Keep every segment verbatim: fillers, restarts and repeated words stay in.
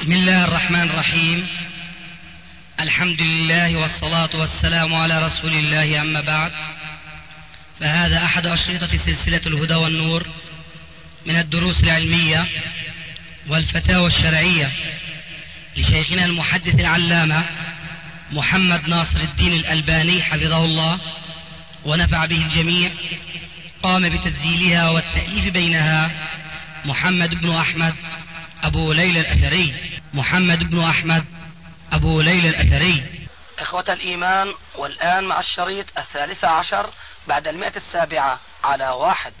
بسم الله الرحمن الرحيم. الحمد لله والصلاة والسلام على رسول الله، أما بعد، فهذا أحد أشرطة سلسلة الهدى والنور من الدروس العلمية والفتاوى الشرعية لشيخنا المحدث العلامة محمد ناصر الدين الألباني حفظه الله ونفع به الجميع. قام بتسجيلها والتأليف بينها محمد بن أحمد أبو ليلى الأثري محمد بن أحمد أبو ليلى الأثري. إخوة الإيمان، والآن مع الشريط الثالث عشر بعد المئة السابعة على واحد.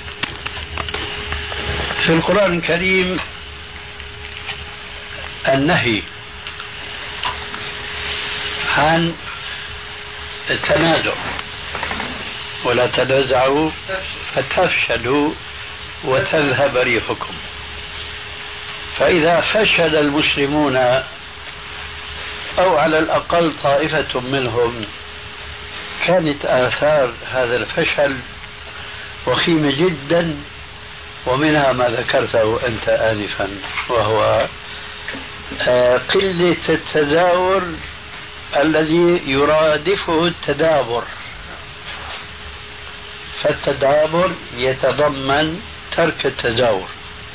في القرآن الكريم النهي عن التنازع، ولا تنازعوا فتفشلوا وتذهب ريحكم. فإذا فشل المسلمون أو على الأقل طائفة منهم، كانت آثار هذا الفشل وخيمة جدا، ومنها ما ذكرته أنت آنفا، وهو قلة التزاور الذي يرادفه التدابر. فالتدابر يتضمن ترك التزاور،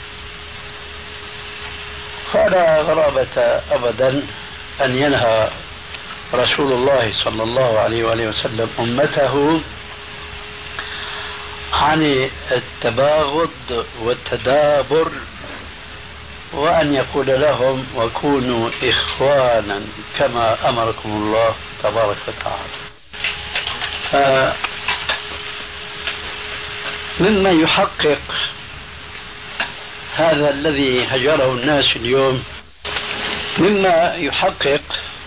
فلا غرابة أبدا أن ينهى رسول الله صلى الله عليه وآله وسلم أمته عن التباغض والتدابر، وأن يقول لهم وكونوا إخوانا كما أمركم الله تبارك وتعالى. مما يحقق هذا الذي هجره الناس اليوم، مما يحقق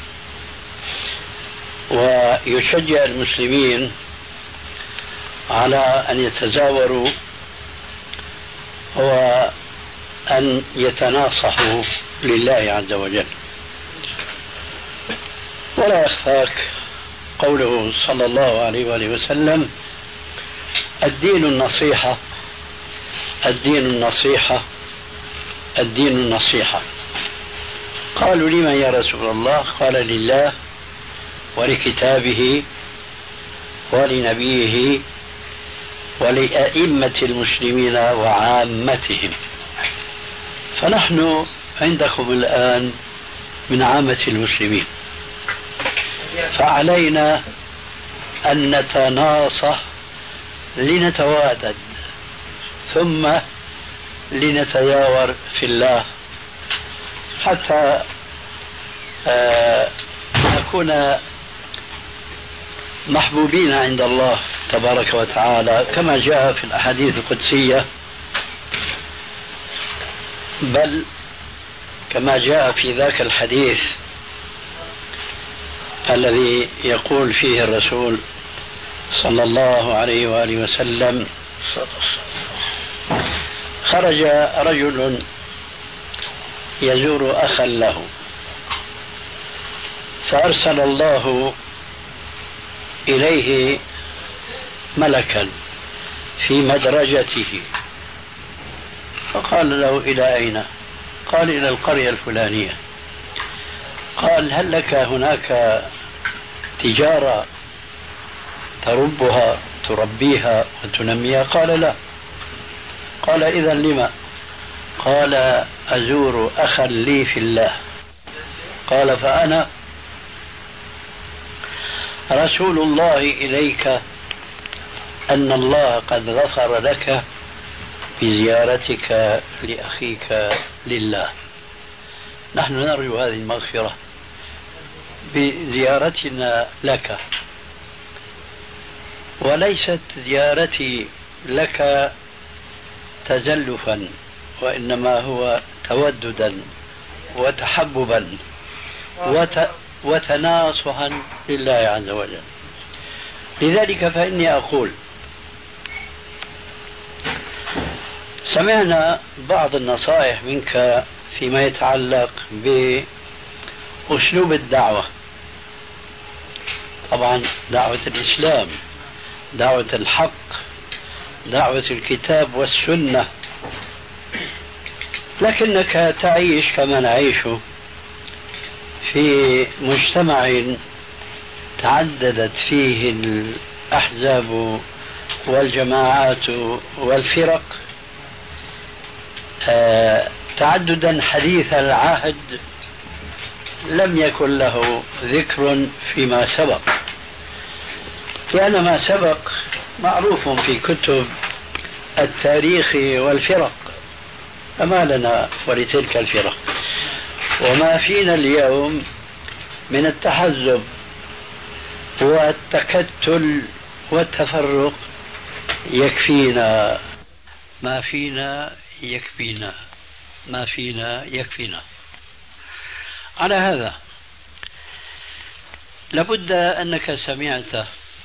ويشجع المسلمين على أن يتزاوروا هو أن يتناصحوا لله عز وجل. ولا يخفاك قوله صلى الله عليه وآله وسلم: الدين النصيحة، الدين النصيحة، الدين النصيحة. قالوا: لمن يا رسول الله؟ قال: لله ولكتابه ولنبيه ولأئمة المسلمين وعامتهم. فنحن عندكم الآن من عامة المسلمين، فعلينا أن نتناصح لنتوادد، ثم لنتياور في الله، حتى آه نكون محبوبين عند الله تبارك وتعالى، كما جاء في الأحاديث القدسية، بل كما جاء في ذاك الحديث الذي يقول فيه الرسول صلى الله عليه وآله وسلم: خرج رجل يزور أخا له، فأرسل الله إليه ملكا في مدرجته، فقال له: إلى أين؟ قال: إلى القرية الفلانية. قال: هل لك هناك تجارة تربها تربيها وتنميها؟ قال: لا. قال: إذن لما؟ قال: أزور أخا لي في الله. قال: فأنا رسول الله إليك أن الله قد غفر لك بزيارتك لأخيك لله. نحن نرجو هذه المغفرة بزيارتنا لك، وليست زيارتي لك تزلفا، وإنما هو توددا وتحببا وت... وتناصحا لله عز وجل. لذلك فإني أقول: سمعنا بعض النصائح منك فيما يتعلق بأسلوب الدعوة. طبعا دعوة الإسلام، دعوة الحق، دعوة الكتاب والسنة، لكنك تعيش كما نعيش في مجتمع تعددت فيه الأحزاب والجماعات والفرق تعددا حديث العهد لم يكن له ذكر فيما سبق، لأن ما سبق معروف في كتب التاريخ والفرق، فما لنا ولتلك الفرق. وما فينا اليوم من التحزب والتكتل والتفرق يكفينا، ما فينا يكفينا، ما فينا يكفينا. على هذا لابد أنك سمعت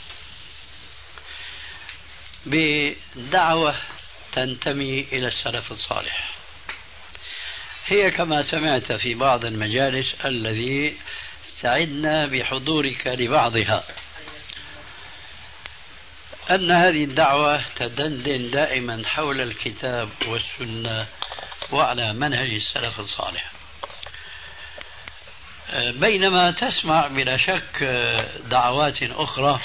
بدعوة تنتمي إلى السلف الصالح، هي كما سمعت في بعض المجالس الذي سعدنا بحضورك لبعضها، أن هذه الدعوة تدندن دائما حول الكتاب والسنة وعلى منهج السلف الصالح، بينما تسمع بلا شك دعوات أخرى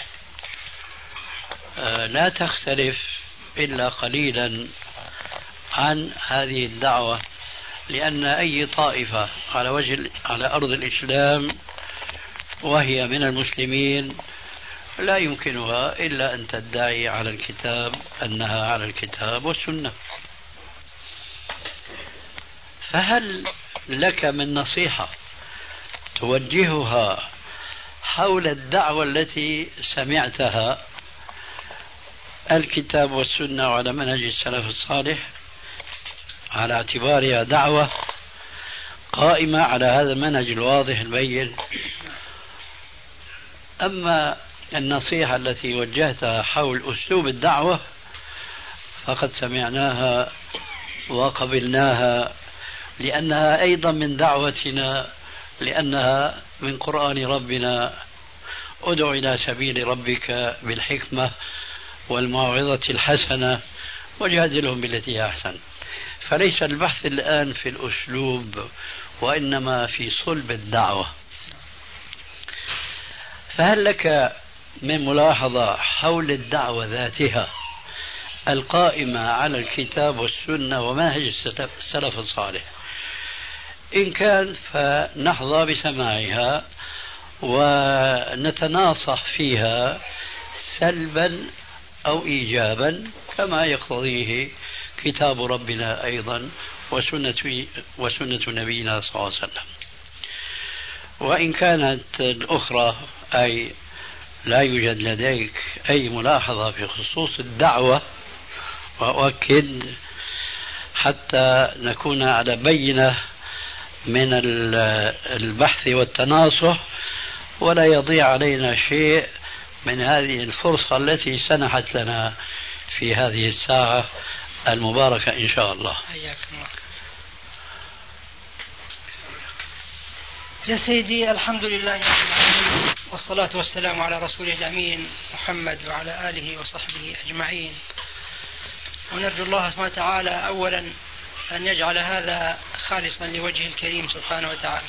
لا تختلف إلا قليلا عن هذه الدعوة، لأن أي طائفة على وجه على أرض الإسلام وهي من المسلمين لا يمكنها إلا أن تدعي على الكتاب أنها على الكتاب والسنة. فهل لك من نصيحة توجهها حول الدعوة التي سمعتها الكتاب والسنة وعلى منهج السلف الصالح، على اعتبارها دعوة قائمة على هذا المنهج الواضح البين؟ أما النصيحة التي وجهتها حول أسلوب الدعوة فقد سمعناها وقبلناها، لأنها أيضا من دعوتنا، لأنها من قرآن ربنا: ادع إلى سبيل ربك بالحكمة والموعظة الحسنة وجادلهم بالتي هي أحسن. فليس البحث الآن في الأسلوب وإنما في صلب الدعوة. فهل لك من ملاحظة حول الدعوة ذاتها القائمة على الكتاب والسنة ومنهج السلف الصالح؟ إن كان فنحظى بسماعها ونتناصح فيها سلبا أو إيجابا كما يقتضيه كتاب ربنا أيضا وسنة, وسنة نبينا صلى الله عليه وسلم. وإن كانت الأخرى أي لا يوجد لديك أي ملاحظة في خصوص الدعوة، وأؤكد حتى نكون على بينة من البحث والتناصح ولا يضيع علينا شيء من هذه الفرصة التي سنحت لنا في هذه الساعة المباركة إن شاء الله. يا سيدي، الحمد لله والصلاة والسلام على رسوله الأمين محمد وعلى آله وصحبه أجمعين. ونرجو الله سبحانه وتعالى أولا أن يجعل هذا خالصا لوجهه الكريم سبحانه وتعالى،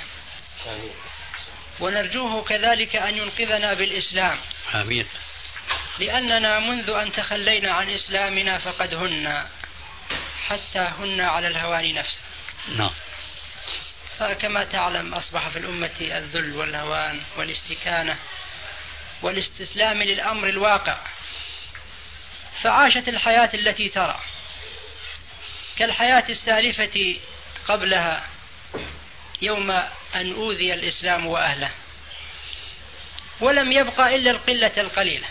ونرجوه كذلك أن ينقذنا بالإسلام. آمين. لأننا منذ أن تخلينا عن إسلامنا فقد هن حتى هن على الهوان نفسه. نعم. فكما تعلم أصبح في الأمة الذل والهوان والاستكانة والاستسلام للأمر الواقع، فعاشت الحياة التي ترى كالحياة السالفة قبلها يوم أن أوذي الإسلام وأهله، ولم يبقى إلا القلة القليلة.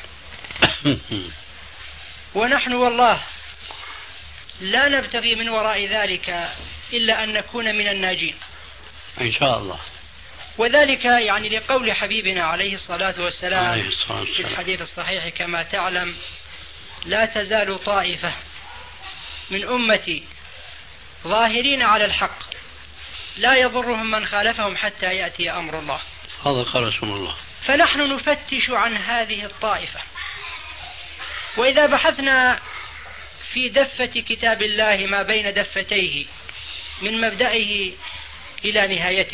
ونحن والله لا نبتغي من وراء ذلك إلا أن نكون من الناجين إن شاء الله. وذلك يعني لقول حبيبنا عليه الصلاة والسلام عليه الصلاة والسلام في الحديث الصحيح كما تعلم: لا تزال طائفة من أمتي ظاهرين على الحق لا يضرهم من خالفهم حتى يأتي أمر الله. صدق رسول الله. فنحن نفتش عن هذه الطائفة، وإذا بحثنا في دفة كتاب الله ما بين دفتيه من مبدئه إلى نهايته.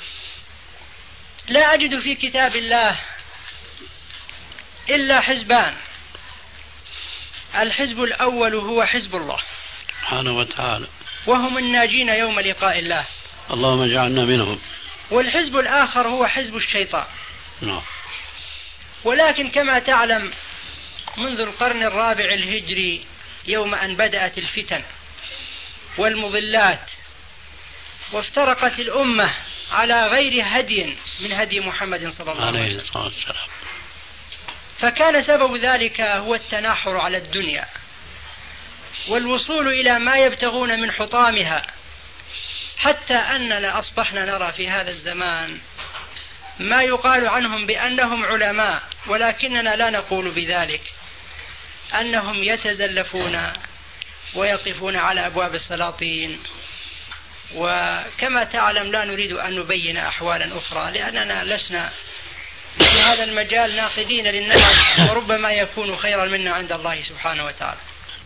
لا أجد في كتاب الله إلا حزبان، الحزب الأول هو حزب الله سبحانه وتعالى، وهم الناجين يوم لقاء الله، اللهم اجعلنا منهم. والحزب الآخر هو حزب الشيطان. نعم. ولكن كما تعلم منذ القرن الرابع الهجري يوم أن بدأت الفتن والمضلات وافترقت الأمة على غير هدي من هدي محمد صلى الله عليه وسلم، فكان سبب ذلك هو التناحر على الدنيا والوصول إلى ما يبتغون من حطامها، حتى أننا أصبحنا نرى في هذا الزمان ما يقال عنهم بأنهم علماء ولكننا لا نقول بذلك، أنهم يتزلفون ويقفون على أبواب السلاطين. وكما تعلم لا نريد أن نبين أحوالا أخرى لأننا لسنا في هذا المجال ناقدين للناس، وربما يكون خيرا منا عند الله سبحانه وتعالى.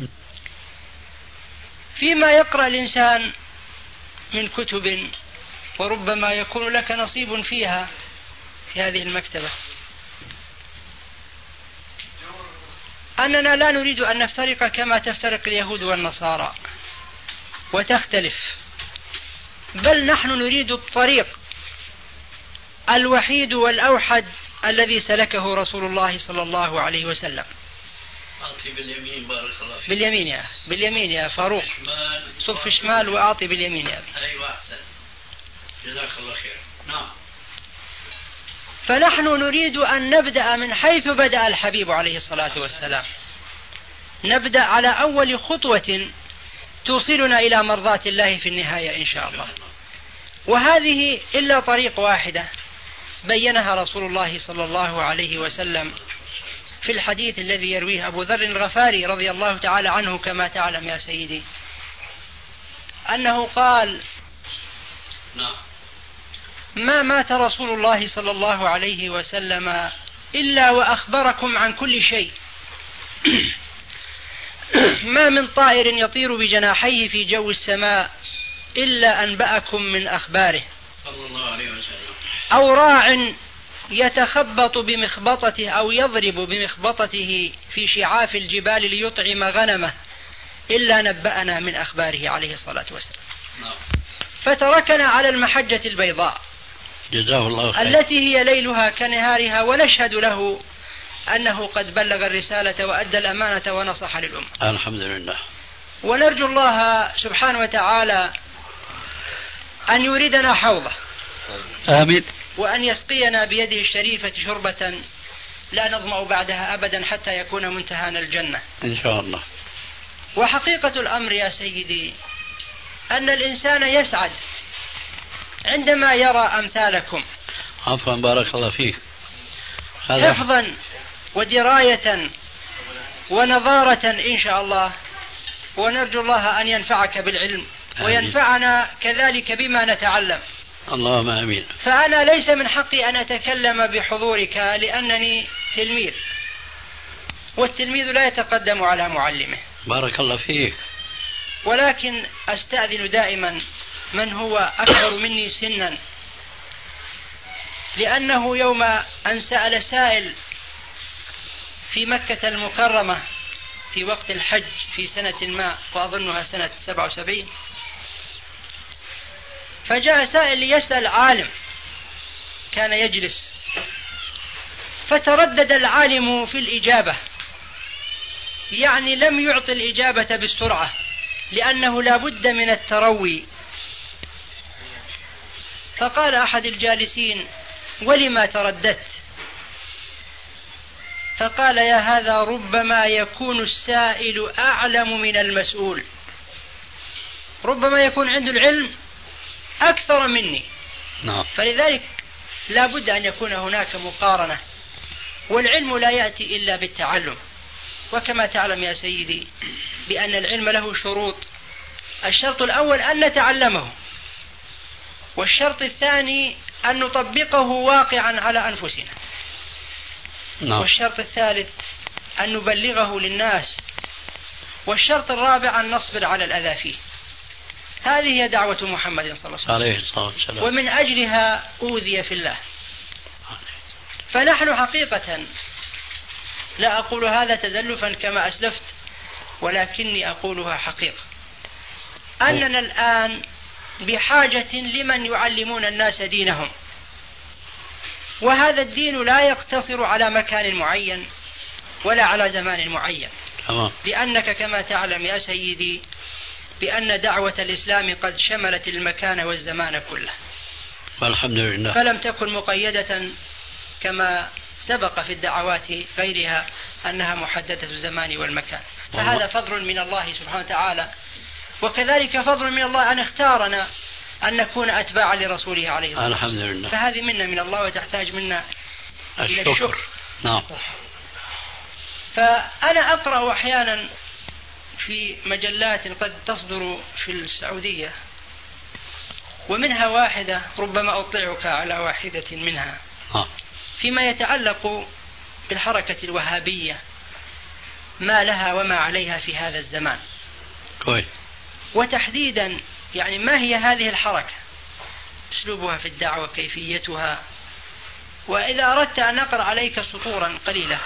فيما يقرأ الإنسان من كتب وربما يكون لك نصيب فيها في هذه المكتبة، أننا لا نريد أن نفترق كما تفترق اليهود والنصارى وتختلف، بل نحن نريد الطريق الوحيد والأوحد الذي سلكه رسول الله صلى الله عليه وسلم. أعطي باليمين بارك الله فيك. باليمين يا باليمين يا فاروق، صف شمال وأعطي باليمين يا أبي. أيوة أحسن، جزاك الله خير. نعم. فنحن نريد أن نبدأ من حيث بدأ الحبيب عليه الصلاة والسلام، نبدأ على أول خطوة توصلنا إلى مرضاة الله في النهاية إن شاء الله. وهذه إلا طريق واحدة بينها رسول الله صلى الله عليه وسلم في الحديث الذي يرويه أبو ذر الغفاري رضي الله تعالى عنه كما تعلم يا سيدي، أنه قال: ما مات رسول الله صلى الله عليه وسلم إلا وأخبركم عن كل شيء، ما من طائر يطير بجناحيه في جو السماء إلا أنبأكم من أخباره، صلى الله عليه وسلم، أو راع يتخبط بمخبطته أو يضرب بمخبطته في شعاف الجبال ليطعم غنمه إلا نبأنا من أخباره عليه الصلاة والسلام. فتركنا على المحجة البيضاء جزاه الله خير، التي هي ليلها كنهارها، ونشهد له أنه قد بلغ الرسالة وأدى الأمانة ونصح للأمة. الحمد لله. ونرجو الله سبحانه وتعالى أن يريدنا حوضه، آمين، وأن يسقينا بيده الشريفة شربة لا نظمأ بعدها أبدا حتى يكون منتهانا الجنة إن شاء الله. وحقيقة الأمر يا سيدي أن الإنسان يسعد عندما يرى أمثالكم عفوا بارك الله فيك حفظا ودراية ونظارة إن شاء الله، ونرجو الله أن ينفعك بالعلم وينفعنا كذلك بما نتعلم. اللهم آمين. فأنا ليس من حقي أن أتكلم بحضورك لأنني تلميذ، والتلميذ لا يتقدم على معلمه. بارك الله فيك. ولكن أستأذن دائما من هو أكبر مني سنا، لأنه يوم أن سأل سائل في مكة المكرمة في وقت الحج في سنة ما وأظنها سنة سبعة وسبعين، فجاء سائل ليسأل عالم كان يجلس، فتردد العالم في الإجابة، يعني لم يعطي الإجابة بالسرعة لأنه لا بد من التروي. فقال أحد الجالسين: ولما ترددت؟ فقال: يا هذا ربما يكون السائل أعلم من المسؤول، ربما يكون عنده العلم أكثر مني. نعم. فلذلك لا بد أن يكون هناك مقارنة، والعلم لا يأتي إلا بالتعلم. وكما تعلم يا سيدي بأن العلم له شروط، الشرط الأول أن نتعلمه، والشرط الثاني أن نطبقه واقعا على أنفسنا، نعم. والشرط الثالث أن نبلغه للناس، والشرط الرابع أن نصبر على الأذى فيه. هذه هي دعوة محمد صلى الله عليه وسلم، ومن أجلها أوذي في الله. فنحن حقيقة، لا أقول هذا تزلفا كما أسلفت، ولكني أقولها حقيقة، أننا الآن بحاجة لمن يعلمون الناس دينهم، وهذا الدين لا يقتصر على مكان معين ولا على زمان معين، لأنك كما تعلم يا سيدي بأن دعوة الإسلام قد شملت المكان والزمان كله، والحمد لله، فلم تكن مقيدة كما سبق في الدعوات غيرها أنها محددة الزمان والمكان. فهذا فضل من الله سبحانه وتعالى، وكذلك فضل من الله أن اختارنا أن نكون أتباعا لرسوله عليه الصلاة والسلام. الحمد لله. فهذه منا من الله وتحتاج منا إلى الشكر. الشكر. نعم. فأنا أقرأ أحيانا في مجلات قد تصدر في السعودية، ومنها واحدة ربما أطلعك على واحدة منها آه. فيما يتعلق بالحركة الوهابية، ما لها وما عليها في هذا الزمان. كوي. وتحديدا يعني ما هي هذه الحركة، أسلوبها في الدعوة، كيفيتها. وإذا أردت أن أقرأ عليك سطورا قليلة،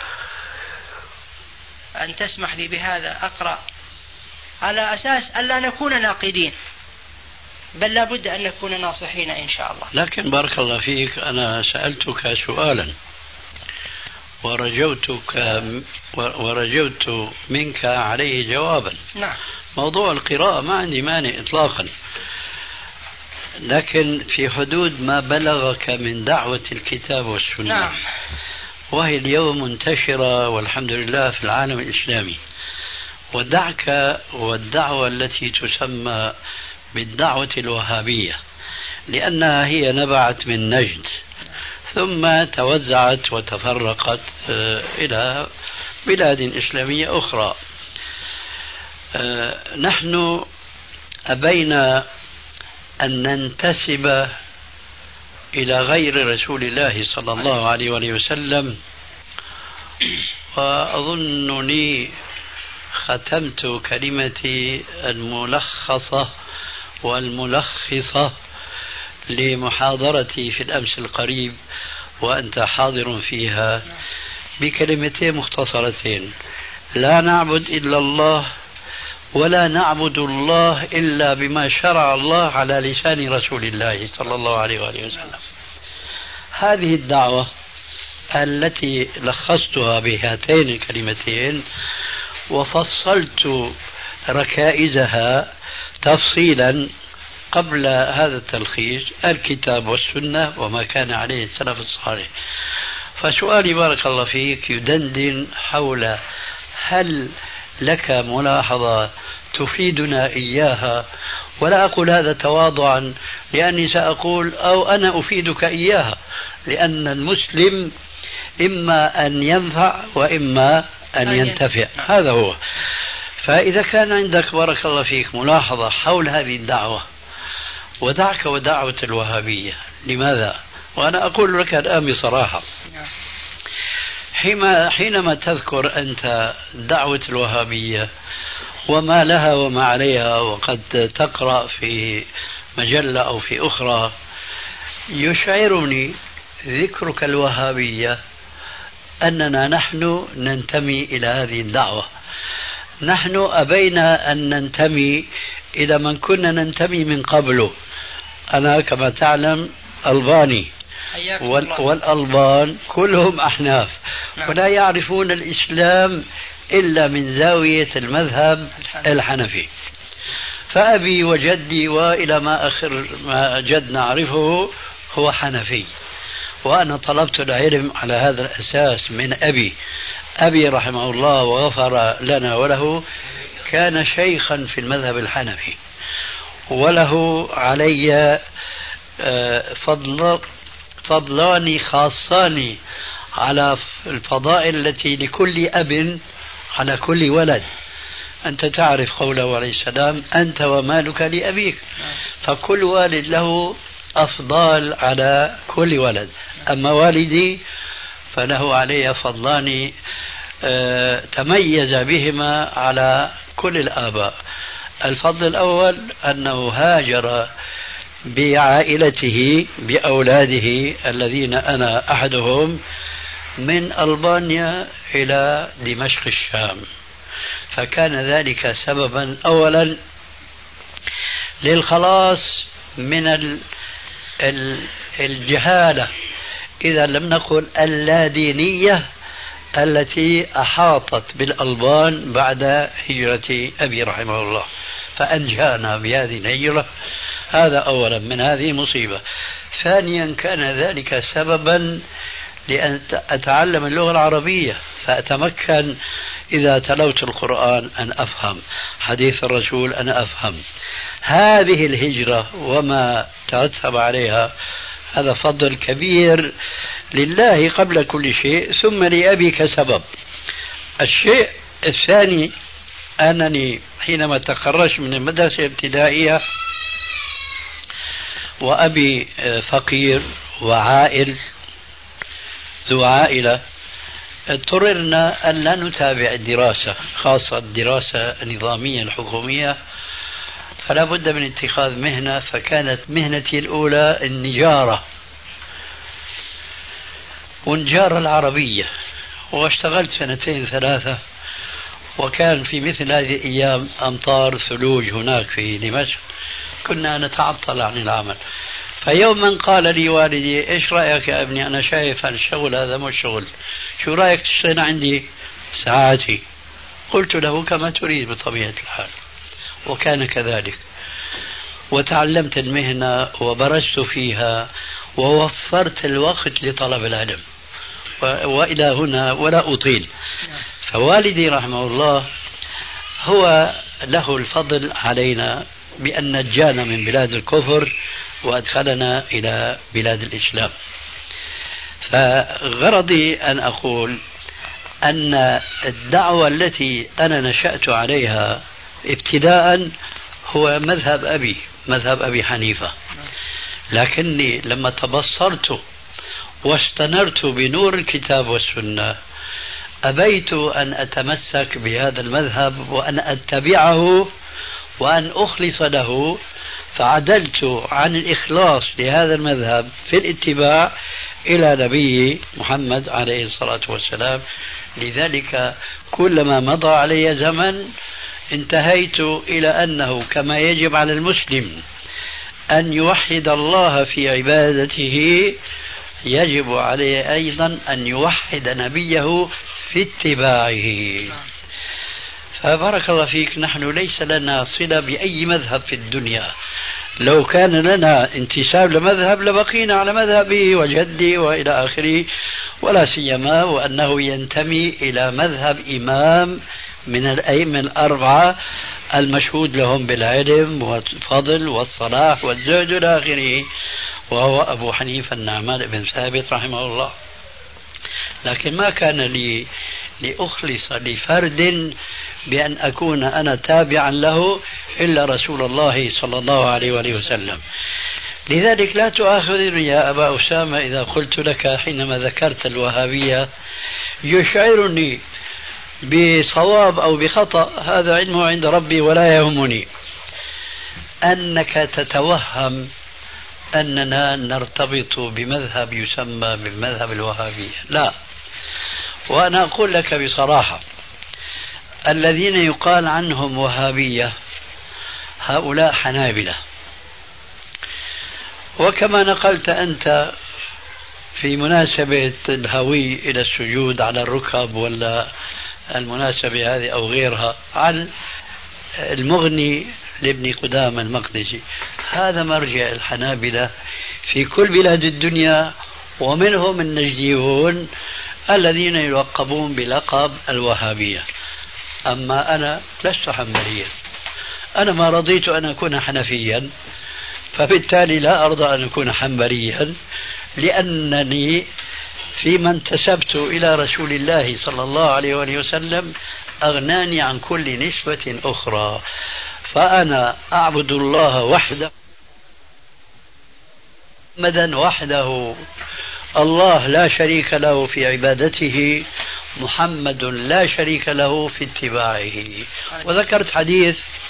أن تسمح لي بهذا، أقرأ على أساس ألا نكون ناقدين، بل لابد أن نكون ناصحين إن شاء الله. لكن بارك الله فيك، أنا سألتك سؤالا ورجوتك ورجوت منك عليه جوابا. نعم. موضوع القراءة ما عندي مانع إطلاقا، لكن في حدود ما بلغك من دعوة الكتاب والسنة. نعم. وهي اليوم منتشرة والحمد لله في العالم الإسلامي. ودعك والدعوة التي تسمى بالدعوة الوهابية، لأنها هي نبعت من نجد ثم توزعت وتفرقت إلى بلاد إسلامية أخرى. نحن أبينا أن ننتسب إلى غير رسول الله صلى الله عليه وسلم، وأظنني ختمت كلمتي الملخصة والملخصة لمحاضرتي في الأمس القريب وأنت حاضر فيها بكلمتين مختصرتين: لا نعبد إلا الله، ولا نعبد الله إلا بما شرع الله على لسان رسول الله صلى الله عليه وآله وسلم. هذه الدعوة التي لخصتها بهاتين الكلمتين وفصلت ركائزها تفصيلا قبل هذا التلخيص: الكتاب والسنة وما كان عليه السلف الصالح. فسؤالي بارك الله فيك يدندن حول هل لك ملاحظة تفيدنا إياها، ولا أقول هذا تواضعا لأني سأقول أو أنا أفيدك إياها، لأن المسلم إما أن ينفع وإما أن ينتفع، هذا هو. فإذا كان عندك بارك الله فيك ملاحظة حول هذه الدعوة، ودعك ودعوة الوهابية، لماذا؟ وأنا أقول لك الآن بصراحة، حينما تذكر أنت دعوة الوهابية وما لها وما عليها، وقد تقرأ في مجلة أو في أخرى، يشعرني ذكرك الوهابية أننا نحن ننتمي إلى هذه الدعوة. نحن أبينا أن ننتمي إلى من كنا ننتمي من قبله. أنا كما تعلم ألباني، والألبان كلهم أحناف، ولا يعرفون الإسلام إلا من زاوية المذهب الحنفي. فأبي وجدي وإلى ما آخر ما جد نعرفه هو حنفي، وأنا طلبت العلم على هذا الأساس من أبي. أبي رحمه الله وغفر لنا وله كان شيخا في المذهب الحنفي، وله علي فضل فضلان خاصان على الفضائل التي لكل أب على كل ولد. أنت تعرف قوله عليه السلام: أنت ومالك لأبيك. فكل والد له أفضال على كل ولد. أما والدي فله علي فضلان تميز بهما على كل الآباء. الفضل الأول أنه هاجر بعائلته بأولاده الذين أنا أحدهم من ألبانيا إلى دمشق الشام، فكان ذلك سببا أولا للخلاص من الجهالة، إذا لم نقل اللادينية، التي أحاطت بالألبان بعد هجرة أبي رحمه الله، فأنجانا بهذه الهجرة. هذا أولا من هذه مصيبة. ثانيا كان ذلك سببا لأن أتعلم اللغة العربية، فأتمكن إذا تلوت القرآن أن أفهم، حديث الرسول أن أفهم. هذه الهجرة وما ترتب عليها هذا فضل كبير لله قبل كل شيء، ثم لأبي كسبب. الشيء الثاني أنني حينما تخرجت من المدرسة الابتدائية وأبي فقير وعائل ذو عائلة، اضطررنا أن لا نتابع الدراسة، خاصة الدراسة النظامية الحكومية، فلا بد من اتخاذ مهنة. فكانت مهنتي الأولى النجارة، والنجارة العربية، واشتغلت سنتين ثلاثة. وكان في مثل هذه الأيام أمطار ثلوج هناك في دمشق، كنا نتعطل عن العمل. فيوما قال لي والدي: إيش رأيك يا ابني، أنا شايف الشغل هذا مش شغل، شو رأيك تشتغل عندي ساعاتي؟ قلت له: كما تريد بطبيعة الحال. وكان كذلك، وتعلمت المهنة وبرزت فيها ووفرت الوقت لطلب العلم. وإلى هنا ولا أطيل. فوالدي رحمه الله هو له الفضل علينا بأن نجانا من بلاد الكفر وأدخلنا إلى بلاد الإسلام. فغرضي أن أقول أن الدعوة التي أنا نشأت عليها ابتداء هو مذهب أبي، مذهب أبي حنيفة، لكني لما تبصرت واستنرت بنور الكتاب والسنة أبيت أن أتمسك بهذا المذهب وأن أتبعه وأن أخلص له، فعدلت عن الإخلاص لهذا المذهب في الاتباع إلى نبي محمد عليه الصلاة والسلام. لذلك كلما مضى علي زمن انتهيت إلى أنه كما يجب على المسلم أن يوحد الله في عبادته، يجب عليه أيضا أن يوحد نبيه في اتباعه. فبارك الله فيك، نحن ليس لنا صلة بأي مذهب في الدنيا. لو كان لنا انتساب لمذهب لبقينا على مذهبه وجدي وإلى آخره، ولا سيما وأنه ينتمي إلى مذهب إمام من الأئمة الأربعة المشهود لهم بالعلم والفضل والصلاح والزهد إلى آخره، وهو أبو حنيفة النعمان بن ثابت رحمه الله. لكن ما كان لي لأخلص لفرد بأن أكون أنا تابعا له إلا رسول الله صلى الله عليه وآله وسلم. لذلك لا تؤاخذني يا أبا أسامة إذا قلت لك حينما ذكرت الوهابية يشعرني بصواب أو بخطأ، هذا علمه عند ربي ولا يهمني، أنك تتوهم أننا نرتبط بمذهب يسمى بالمذهب الوهابي. لا، وأنا أقول لك بصراحة، الذين يقال عنهم وهابية هؤلاء حنابلة. وكما نقلت أنت في مناسبة الهوي إلى السجود على الركب ولا المناسبة هذه أو غيرها عن المغني لابن قدامة المقدسي، هذا مرجع الحنابلة في كل بلاد الدنيا، ومنهم النجديون الذين يلقبون بلقب الوهابية. أما أنا لست حنبليا، أنا ما رضيت أن أكون حنفيا، فبالتالي لا أرضى أن أكون حنبليا، لأنني فيما انتسبت إلى رسول الله صلى الله عليه وآله وسلم أغناني عن كل نسبة أخرى. فأنا أعبد الله وحده، محمدا وحده، الله لا شريك له في عبادته، محمد لا شريك له في اتباعه. وذكرت حديث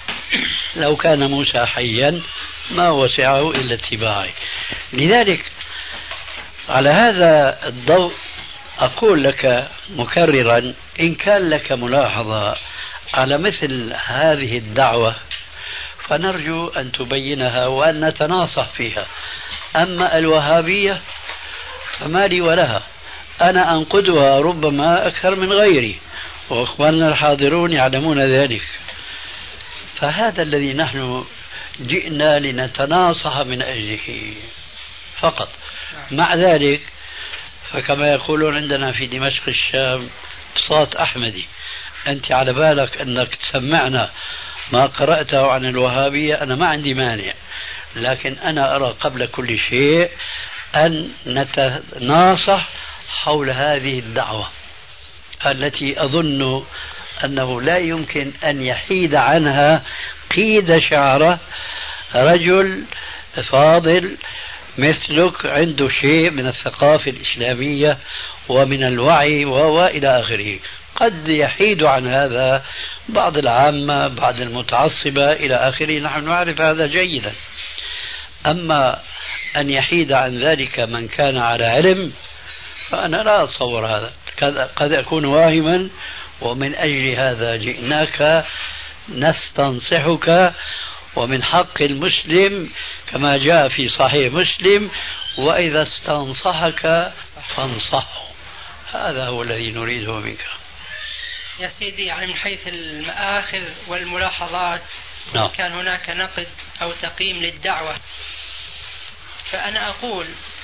لو كان موسى حيا ما وسعه إلا اتباعي. لذلك على هذا الضوء أقول لك مكررا، إن كان لك ملاحظة على مثل هذه الدعوة فنرجو أن تبينها وأن نتناصح فيها. أما الوهابية فما لي ولها، أنا أنقدها ربما أكثر من غيري، وإخواننا الحاضرون يعلمون ذلك. فهذا الذي نحن جئنا لنتناصح من أجله فقط. مع ذلك فكما يقولون عندنا في دمشق الشام بساط أحمدي، أنت على بالك أنك تسمعنا ما قرأته عن الوهابية، أنا ما عندي مانع، لكن أنا أرى قبل كل شيء أن نتناصح حول هذه الدعوة التي أظن أنه لا يمكن أن يحيد عنها قيد شعره رجل فاضل مثلك عنده شيء من الثقافة الإسلامية ومن الوعي وإلى آخره. قد يحيد عن هذا بعض العامة، بعض المتعصبة إلى آخره، نحن نعرف هذا جيدا. أما أن يحيد عن ذلك من كان على علم فأنا لا أتصور هذا، قد أكون واهما، ومن أجل هذا جئناك نستنصحك. ومن حق المسلم كما جاء في صحيح مسلم: وإذا استنصحك فانصحه. هذا هو الذي نريده منك يا سيدي. يعني من حيث المآخذ والملاحظات نعم. كان هناك نقد أو تقييم للدعوة، فأنا أقول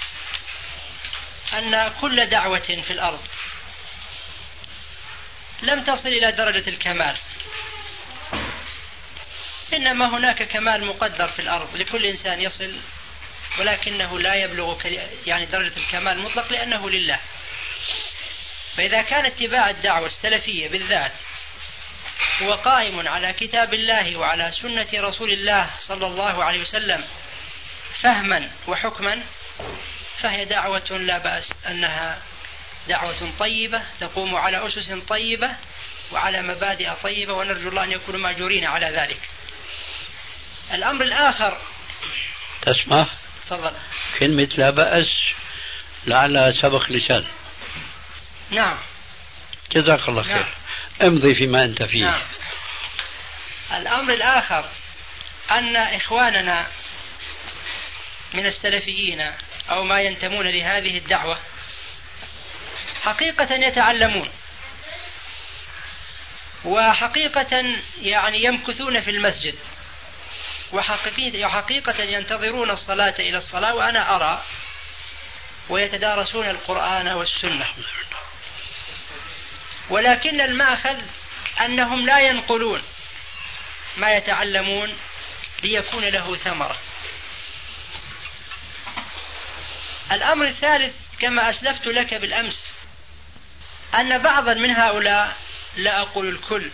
أن كل دعوة في الأرض لم تصل إلى درجة الكمال، إنما هناك كمال مقدر في الأرض لكل إنسان يصل، ولكنه لا يبلغ يعني درجة الكمال مطلق لأنه لله. فإذا كان اتباع الدعوة السلفية بالذات هو قائم على كتاب الله وعلى سنة رسول الله صلى الله عليه وسلم فهما وحكما، فهي دعوة لا بأس أنها دعوة طيبة تقوم على أسس طيبة وعلى مبادئ طيبة، ونرجو الله أن يكونوا مأجورين على ذلك. الأمر الآخر، تسمح تفضل. كلمة لا بأس لعلها سبق لسان. نعم جزاك الله خير. نعم. امضي فيما أنت فيه. نعم. الأمر الآخر أن إخواننا من السلفيين أو ما ينتمون لهذه الدعوة حقيقة يتعلمون، وحقيقة يعني يمكثون في المسجد، وحقيقة ينتظرون الصلاة إلى الصلاة وأنا أرى، ويتدارسون القرآن والسنة. ولكن المأخذ أنهم لا ينقلون ما يتعلمون ليكون له ثمرة. الأمر الثالث كما أسلفت لك بالأمس أن بعضا من هؤلاء، لا أقول الكل،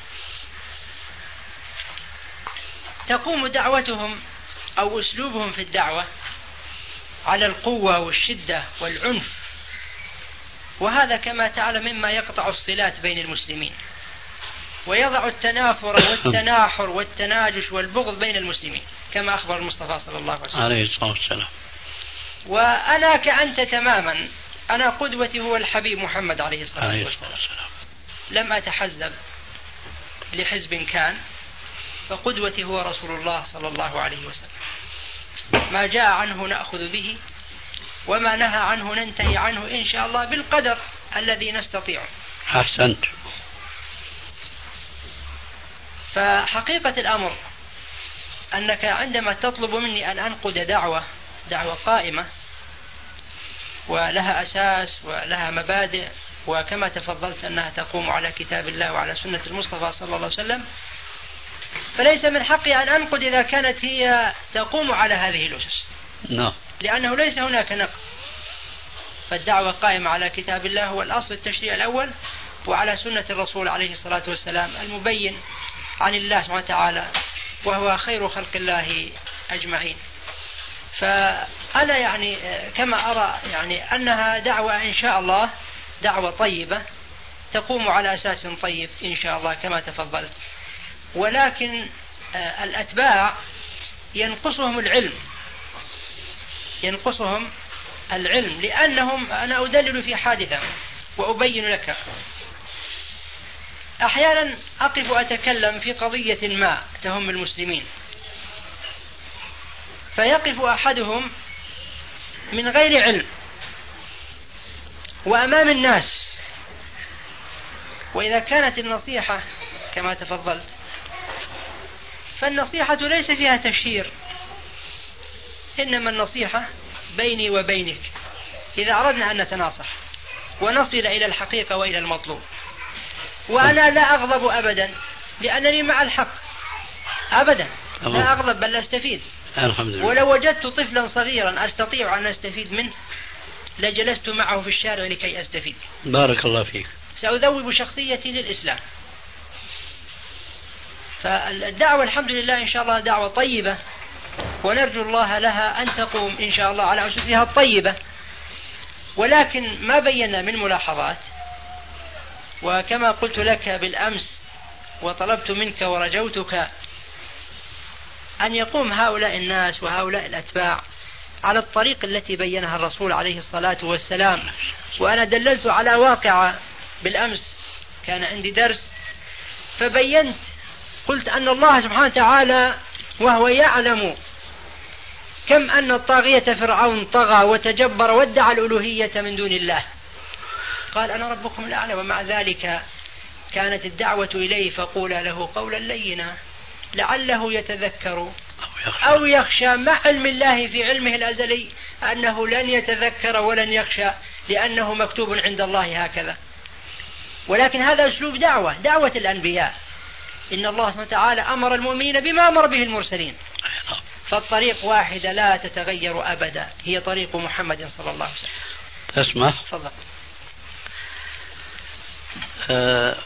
تقوم دعوتهم أو أسلوبهم في الدعوة على القوة والشدة والعنف، وهذا كما تعلم مما يقطع الصلات بين المسلمين ويضع التنافر والتناحر والتناجش والبغض بين المسلمين كما أخبر المصطفى صلى الله عليه وسلم عليه الصلاة والسلام. وأنا كأنت تماما، أنا قدوتي هو الحبيب محمد عليه الصلاة والسلام. لم أتحزب لحزب كان، فقدوتي هو رسول الله صلى الله عليه وسلم. ما جاء عنه نأخذ به، وما نهى عنه ننتهي عنه إن شاء الله بالقدر الذي نستطيعه. أحسنت. فحقيقة الأمر أنك عندما تطلب مني أن أنقد دعوة دعوة قائمة ولها أساس ولها مبادئ، وكما تفضلت أنها تقوم على كتاب الله وعلى سنة المصطفى صلى الله عليه وسلم، فليس من حقي أن أنقد إذا كانت هي تقوم على هذه الأسس. نعم. لأنه ليس هناك نقد، فالدعوة قائمة على كتاب الله هو الأصل التشريع الأول، وعلى سنة الرسول عليه الصلاة والسلام المبين عن الله سبحانه وتعالى، وهو خير خلق الله أجمعين. فأنا يعني كما أرى يعني أنها دعوة إن شاء الله دعوة طيبة تقوم على أساس طيب إن شاء الله كما تفضلت، ولكن الأتباع ينقصهم العلم ينقصهم العلم لأنهم، أنا أدلل في حادثة وأبين لك. أحيانا أقف أتكلم في قضية ما تهم المسلمين، فيقف أحدهم من غير علم وأمام الناس، وإذا كانت النصيحة كما تفضلت فالنصيحة ليس فيها تشهير، إنما النصيحة بيني وبينك إذا أردنا أن نتناصح ونصل إلى الحقيقة وإلى المطلوب. وأنا لا أغضب أبدا لأنني مع الحق أبدا، لا أغضب بل أستفيد. ولو وجدت طفلا صغيرا أستطيع أن أستفيد منه لجلست معه في الشارع لكي أستفيد. بارك الله فيك. سأذوب شخصيتي للإسلام. فالدعوة الحمد لله إن شاء الله دعوة طيبة، ونرجو الله لها أن تقوم إن شاء الله على أسسها الطيبة. ولكن ما بينا من ملاحظات، وكما قلت لك بالأمس وطلبت منك ورجوتك أن يقوم هؤلاء الناس وهؤلاء الأتباع على الطريق التي بينها الرسول عليه الصلاة والسلام. وأنا دللت على واقعة بالأمس، كان عندي درس فبينت، قلت أن الله سبحانه وتعالى وهو يعلم كم أن الطاغية فرعون طغى وتجبر وادعى الألوهية من دون الله، قال أنا ربكم الأعلى، ومع ذلك كانت الدعوة إليه فقولا له قولا لينا لعله يتذكر أو يخشى، مع علم الله في علمه الأزلي أنه لن يتذكر ولن يخشى لأنه مكتوب عند الله هكذا. ولكن هذا أسلوب دعوة دعوة الأنبياء، إن الله سبحانه وتعالى أمر المؤمنين بما أمر به المرسلين، فالطريق واحدة لا تتغير أبدا، هي طريق محمد صلى الله عليه وسلم. تسمح؟ تفضل. آه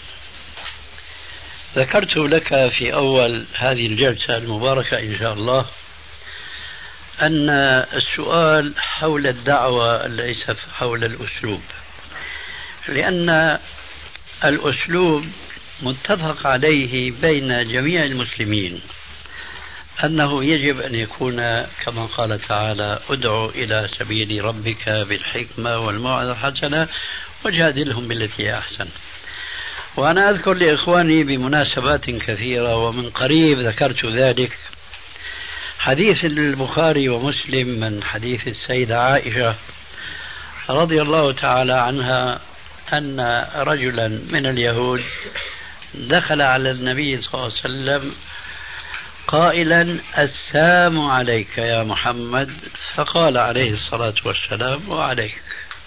ذكرت لك في أول هذه الجلسة المباركة إن شاء الله أن السؤال حول الدعوة ليس حول الأسلوب، لأن الأسلوب متفق عليه بين جميع المسلمين أنه يجب أن يكون كما قال تعالى ادعو إلى سبيل ربك بالحكمة والموعظة الحسنة وجادلهم بالتي هي أحسن. وأنا أذكر لإخواني بمناسبات كثيرة ومن قريب ذكرت ذلك، حديث البخاري ومسلم من حديث السيدة عائشة رضي الله تعالى عنها أن رجلا من اليهود دخل على النبي صلى الله عليه وسلم قائلا السلام عليك يا محمد، فقال عليه الصلاة والسلام وعليك.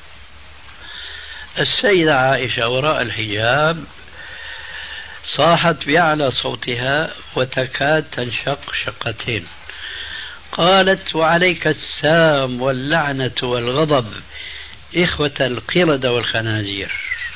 السيدة عائشة وراء الحجاب صاحت بأعلى صوتها وتكاد تنشق شقتين، قالت وعليك السام واللعنة والغضب إخوة القردة والخنازير.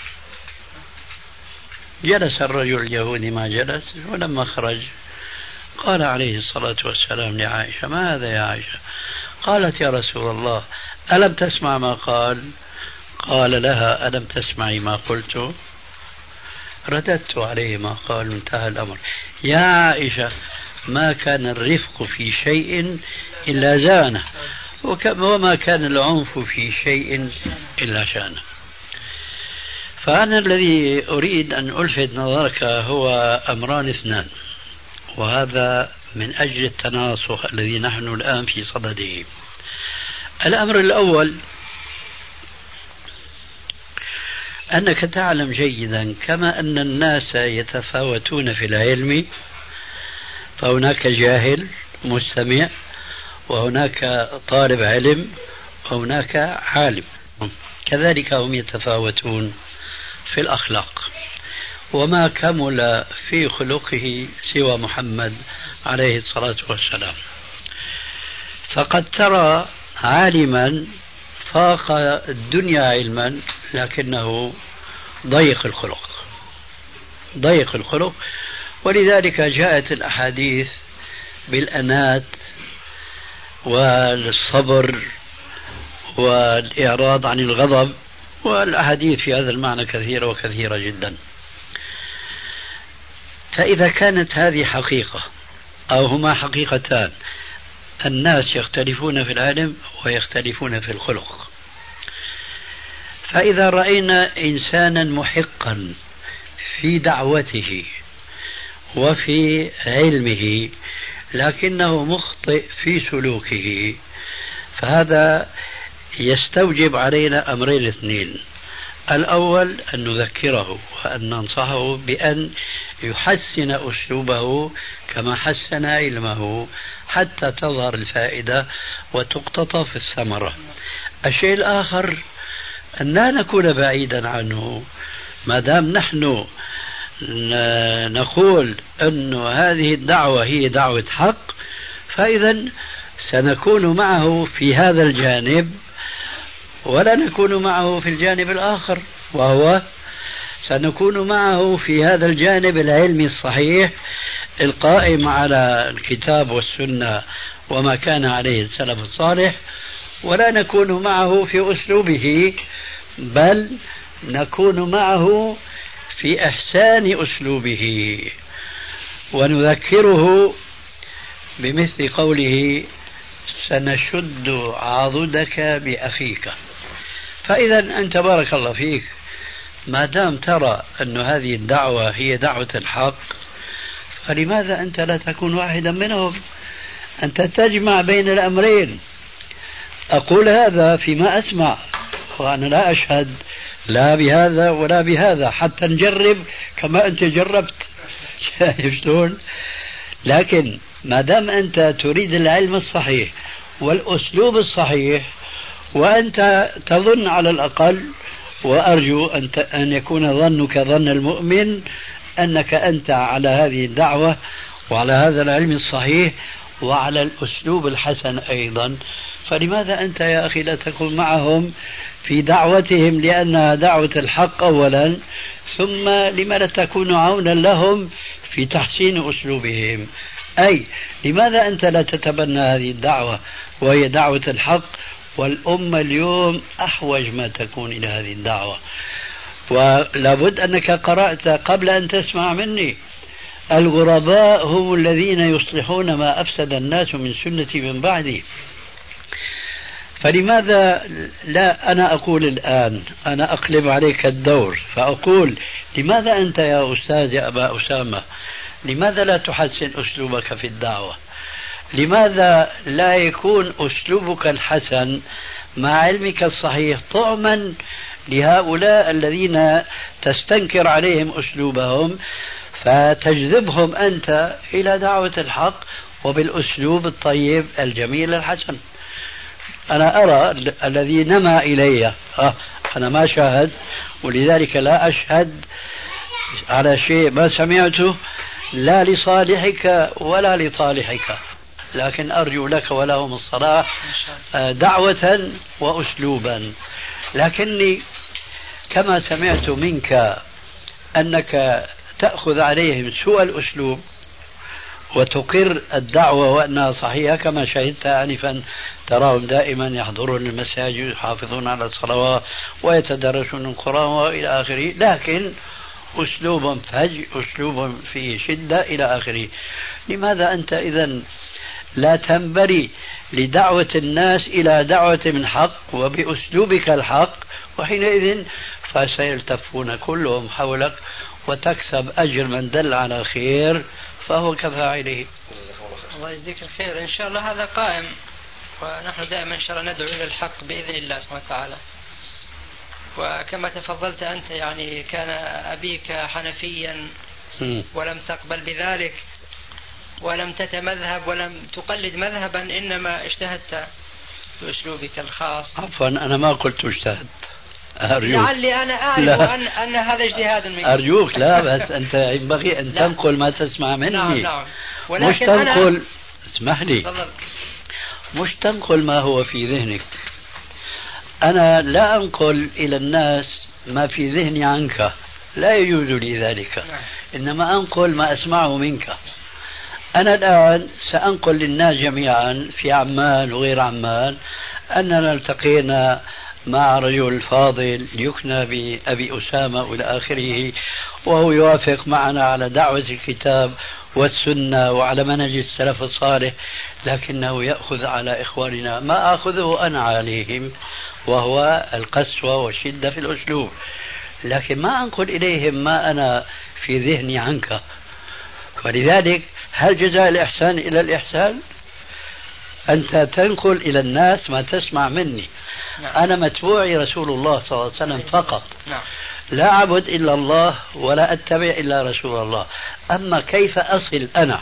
جلس الرجل اليهودي ما جلس، ولما خرج قال عليه الصلاة والسلام لعائشة ما هذا يا عائشة؟ قالت يا رسول الله ألم تسمع ما قال؟ قال لها ألم تسمعي ما قلت؟ رددت عليه ما قال، انتهى الأمر. يا عائشة ما كان الرفق في شيء إلا زانه، وما كان العنف في شيء إلا شانه. فأنا الذي أريد أن ألفت نظرك هو أمران اثنان، وهذا من أجل التناصح الذي نحن الآن في صدده. الأمر الأول أنك تعلم جيدا كما أن الناس يتفاوتون في العلم، فهناك جاهل مستمع، وهناك طالب علم، وهناك عالم، كذلك هم يتفاوتون في الأخلاق. وما كمل في خلقه سوى محمد عليه الصلاة والسلام. فقد ترى عالما فاق الدنيا علما لكنه ضيق الخلق ضيق الخلق ولذلك جاءت الأحاديث بالأنات والصبر والإعراض عن الغضب، والأحاديث في هذا المعنى كثيرة وكثيرة جدا. فإذا كانت هذه حقيقة أو هما حقيقتان. الناس يختلفون في العلم ويختلفون في الخلق. فإذا رأينا إنسانا محقا في دعوته وفي علمه لكنه مخطئ في سلوكه، فهذا يستوجب علينا أمرين اثنين. الأول أن نذكره وأن ننصحه بأن يحسن أسلوبه كما حسن علمه حتى تظهر الفائدة وتقتطف الثمرة. الشيء الآخر أن لا نكون بعيدا عنه. ما دام نحن نقول أن هذه الدعوة هي دعوة حق، فإذا سنكون معه في هذا الجانب ولا نكون معه في الجانب الآخر، وهو سنكون معه في هذا الجانب العلمي الصحيح القائم على الكتاب والسنة وما كان عليه السلف الصالح، ولا نكون معه في أسلوبه، بل نكون معه في إحسان أسلوبه ونذكره بمثل قوله سنشد عضدك بأخيك. فإذا أنت بارك الله فيك ما دام ترى أن هذه الدعوة هي دعوة الحق، فلماذا أنت لا تكون واحدا منهم؟ أنت تجمع بين الأمرين. أقول هذا فيما أسمع وأنا لا أشهد لا بهذا ولا بهذا حتى نجرب كما أنت جربت. شايف شلون؟ لكن ما دام أنت تريد العلم الصحيح والأسلوب الصحيح، وأنت تظن على الأقل، وأرجو أن يكون ظنك ظن المؤمن أنك أنت على هذه الدعوة وعلى هذا العلم الصحيح وعلى الأسلوب الحسن أيضا، فلماذا أنت يا أخي لا تكون معهم في دعوتهم لأنها دعوة الحق أولا، ثم لما لا تكون عونا لهم في تحسين أسلوبهم؟ أي لماذا أنت لا تتبنى هذه الدعوة وهي دعوة الحق، والأمة اليوم أحوج ما تكون إلى هذه الدعوة. ولابد أنك قرأت قبل أن تسمع مني الغرباء هم الذين يصلحون ما أفسد الناس من سنتي من بعدي. فلماذا لا أنا أقول الآن، أنا أقلب عليك الدور فأقول لماذا أنت يا أستاذ يا أبا أسامة لماذا لا تحسن أسلوبك في الدعوة؟ لماذا لا يكون أسلوبك الحسن مع علمك الصحيح طعما لهؤلاء الذين تستنكر عليهم أسلوبهم، فتجذبهم أنت إلى دعوة الحق وبالأسلوب الطيب الجميل الحسن؟ أنا أرى الذي نما إلي، أه أنا ما شاهد ولذلك لا أشهد على شيء ما سمعته لا لصالحك ولا لطالحك، لكن أرجو لك ولهم الصلاح دعوة وأسلوبا. لكني كما سمعت منك أنك تأخذ عليهم سوء الأسلوب وتقر الدعوة وأنها صحيحة كما شهدت آنفا، تراهم دائما يحضرون المساجد يحافظون على الصلوات ويتدرسون القرآن وإلى آخره، لكن أسلوب فج أسلوب فيه شدة إلى آخره. لماذا أنت إذن لا تنبري لدعوة الناس إلى دعوة من حق وبأسلوبك الحق، وحينئذ فسيلتفون كلهم حولك وتكسب أجر من دل على خير فهو كفاعله. الله يجزيك الخير. إن شاء الله هذا قائم، ونحن دائما إن شاء الله ندعو إلى الحق بإذن الله سبحانه وتعالى. وكما تفضلت أنت يعني كان أبيك حنفيا ولم تقبل بذلك ولم تتمذهب ولم تقلد مذهبا، إنما اجتهدت بأسلوبك الخاص. عفوا أنا ما قلت اجتهد، أرجوك. لعلي أنا أعرف أن, أن هذا اجتهاد منك. أرجوك لا بس أنت ينبغي أن لا. تنقل ما تسمع مني. نعم نعم. مش تنقل أنا... اسمح لي فضل. مش تنقل ما هو في ذهنك. أنا لا أنقل إلى الناس ما في ذهني عنك، لا يجوز لي ذلك. نعم. إنما أنقل ما أسمعه منك. أنا الآن سأنقل للناس جميعا في عمان وغير عمان أننا التقينا مع رجل فاضل يكنى بأبي أسامة وإلى آخره، وهو يوافق معنا على دعوة الكتاب والسنة وعلى منهج السلف الصالح، لكنه يأخذ على إخواننا ما أخذه أنا عليهم، وهو القسوة والشدة في الأسلوب، لكن ما أنقل إليهم ما أنا في ذهني عنك. ولذلك هل جزاء الإحسان إلى الإحسان؟ أنت تنقل إلى الناس ما تسمع مني. نعم. أنا متبوعي رسول الله صلى الله عليه وسلم فقط. نعم. لا أعبد إلا الله ولا أتبع إلا رسول الله. أما كيف أصل أنا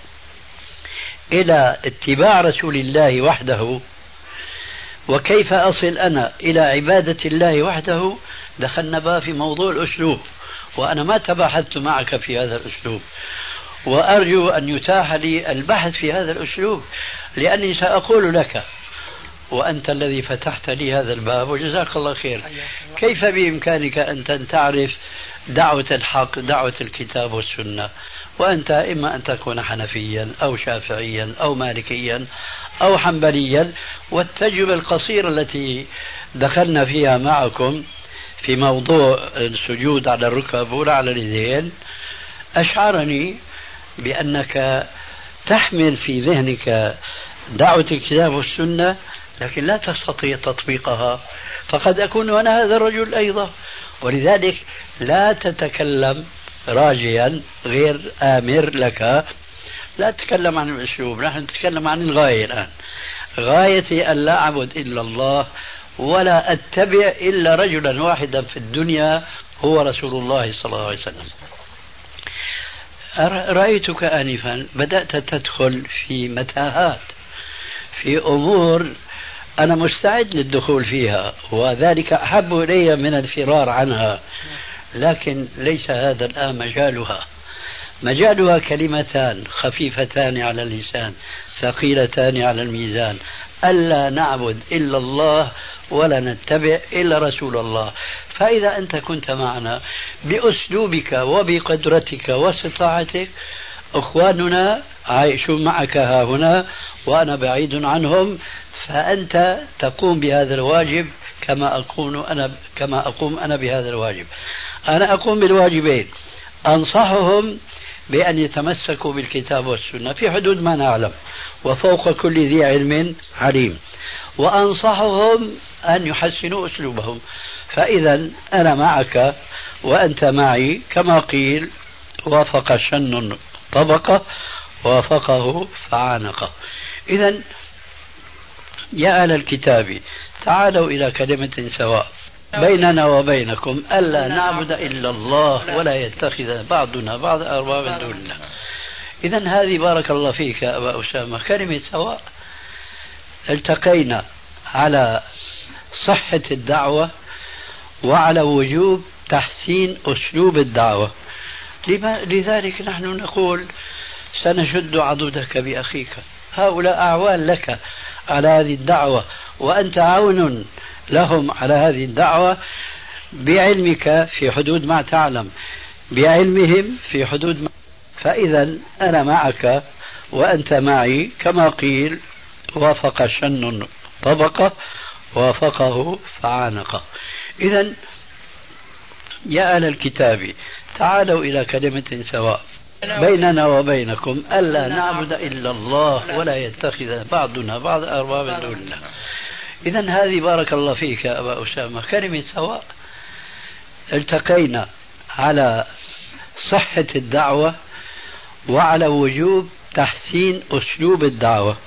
إلى اتباع رسول الله وحده، وكيف أصل أنا إلى عبادة الله وحده، دخلنا بقى في موضوع الأسلوب، وأنا ما تباحثت معك في هذا الأسلوب، وأرجو أن يتاح لي البحث في هذا الأسلوب، لأني سأقول لك وأنت الذي فتحت لي هذا الباب وجزاك الله خير، كيف بإمكانك أن تعرف دعوة الحق، دعوة الكتاب والسنة، وأنت إما أن تكون حنفيا أو شافعيا أو مالكيا أو حنبليا. والتجربة القصيرة التي دخلنا فيها معكم في موضوع السجود على الركب ولا على اليدين أشعرني بأنك تحمل في ذهنك دعوة الكتاب والسنة، لكن لا تستطيع تطبيقها، فقد أكون أنا هذا الرجل أيضا. ولذلك لا تتكلم راجيا غير آمر لك، لا تتكلم عن الأسلوب، نحن نتكلم عن الغاية الآن. غايتي أن لا أعبد إلا الله ولا أتبع إلا رجلا واحدا في الدنيا هو رسول الله صلى الله عليه وسلم. رأيتك آنفا بدأت تدخل في متاهات، في أمور أنا مستعد للدخول فيها، وذلك أحب إلي من الفرار عنها، لكن ليس هذا الآن مجالها. مجالها كلمتان خفيفتان على اللسان ثقيلتان على الميزان: ألا نعبد إلا الله ولا نتبع إلا رسول الله. فإذا أنت كنت معنا بأسلوبك وبقدرتك واستطاعتك، أخواننا عايشون معك ها هنا وأنا بعيد عنهم، فأنت تقوم بهذا الواجب كما أكون أنا كما أقوم أنا بهذا الواجب. أنا أقوم بالواجبين: أنصحهم بأن يتمسكوا بالكتاب والسنة في حدود ما نعلم، وفوق كل ذي علم عليم، وأنصحهم أن يحسنوا أسلوبهم. فإذا أنا معك وأنت معي، كما قيل: وافق شن طبقه وافقه فعانقه. إذا يا أهل الكتاب تعالوا إلى كلمة سواء بيننا وبينكم ألا نعبد إلا الله ولا يتخذ بعضنا بعض أربابا دون الله. إذا هذه بارك الله فيك يا أبا أسامة كلمة سواء. التقينا على صحة الدعوة وعلى وجوب تحسين أسلوب الدعوة. لذلك نحن نقول: سنشد عضدك بأخيك. هؤلاء أعوان لك على هذه الدعوة، وأنت عون لهم على هذه الدعوة بعلمك في حدود ما تعلم، بعلمهم في حدود ما. فإذا أنا معك وأنت معي، كما قيل: وافق شن طبقه وافقه فعانقه. إذا يا أهل الكتاب تعالوا إلى كلمة سواء بيننا وبينكم ألا نعبد إلا الله ولا يتخذ بعضنا بعض أربابا دون الله. إذا هذه بارك الله فيك يا أبا أسامة كلمة سواء. التقينا على صحة الدعوة وعلى وجوب تحسين أسلوب الدعوة.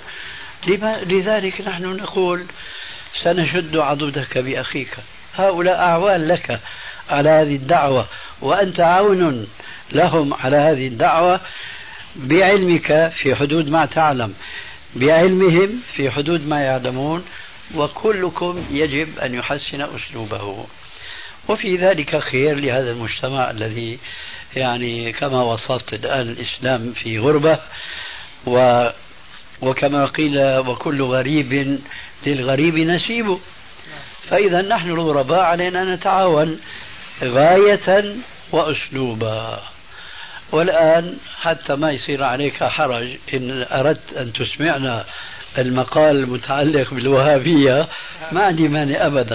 لذلك نحن نقول: سنشد عضدك بأخيك. هؤلاء أعوان لك على هذه الدعوة، وأنت عون لهم على هذه الدعوة بعلمك في حدود ما تعلم، بعلمهم في حدود ما يعلمون، وكلكم يجب أن يحسن أسلوبه. وفي ذلك خير لهذا المجتمع الذي يعني كما وصفت الآن الإسلام في غربة، و وكما قيل: وكل غريب للغريب نسيبه. فإذا نحن الغرباء علينا أن نتعاون غاية وأسلوبا. والآن حتى ما يصير عليك حرج إن أردت أن تسمعنا المقال المتعلق بالوهابية، ما عندي مانع أبدا.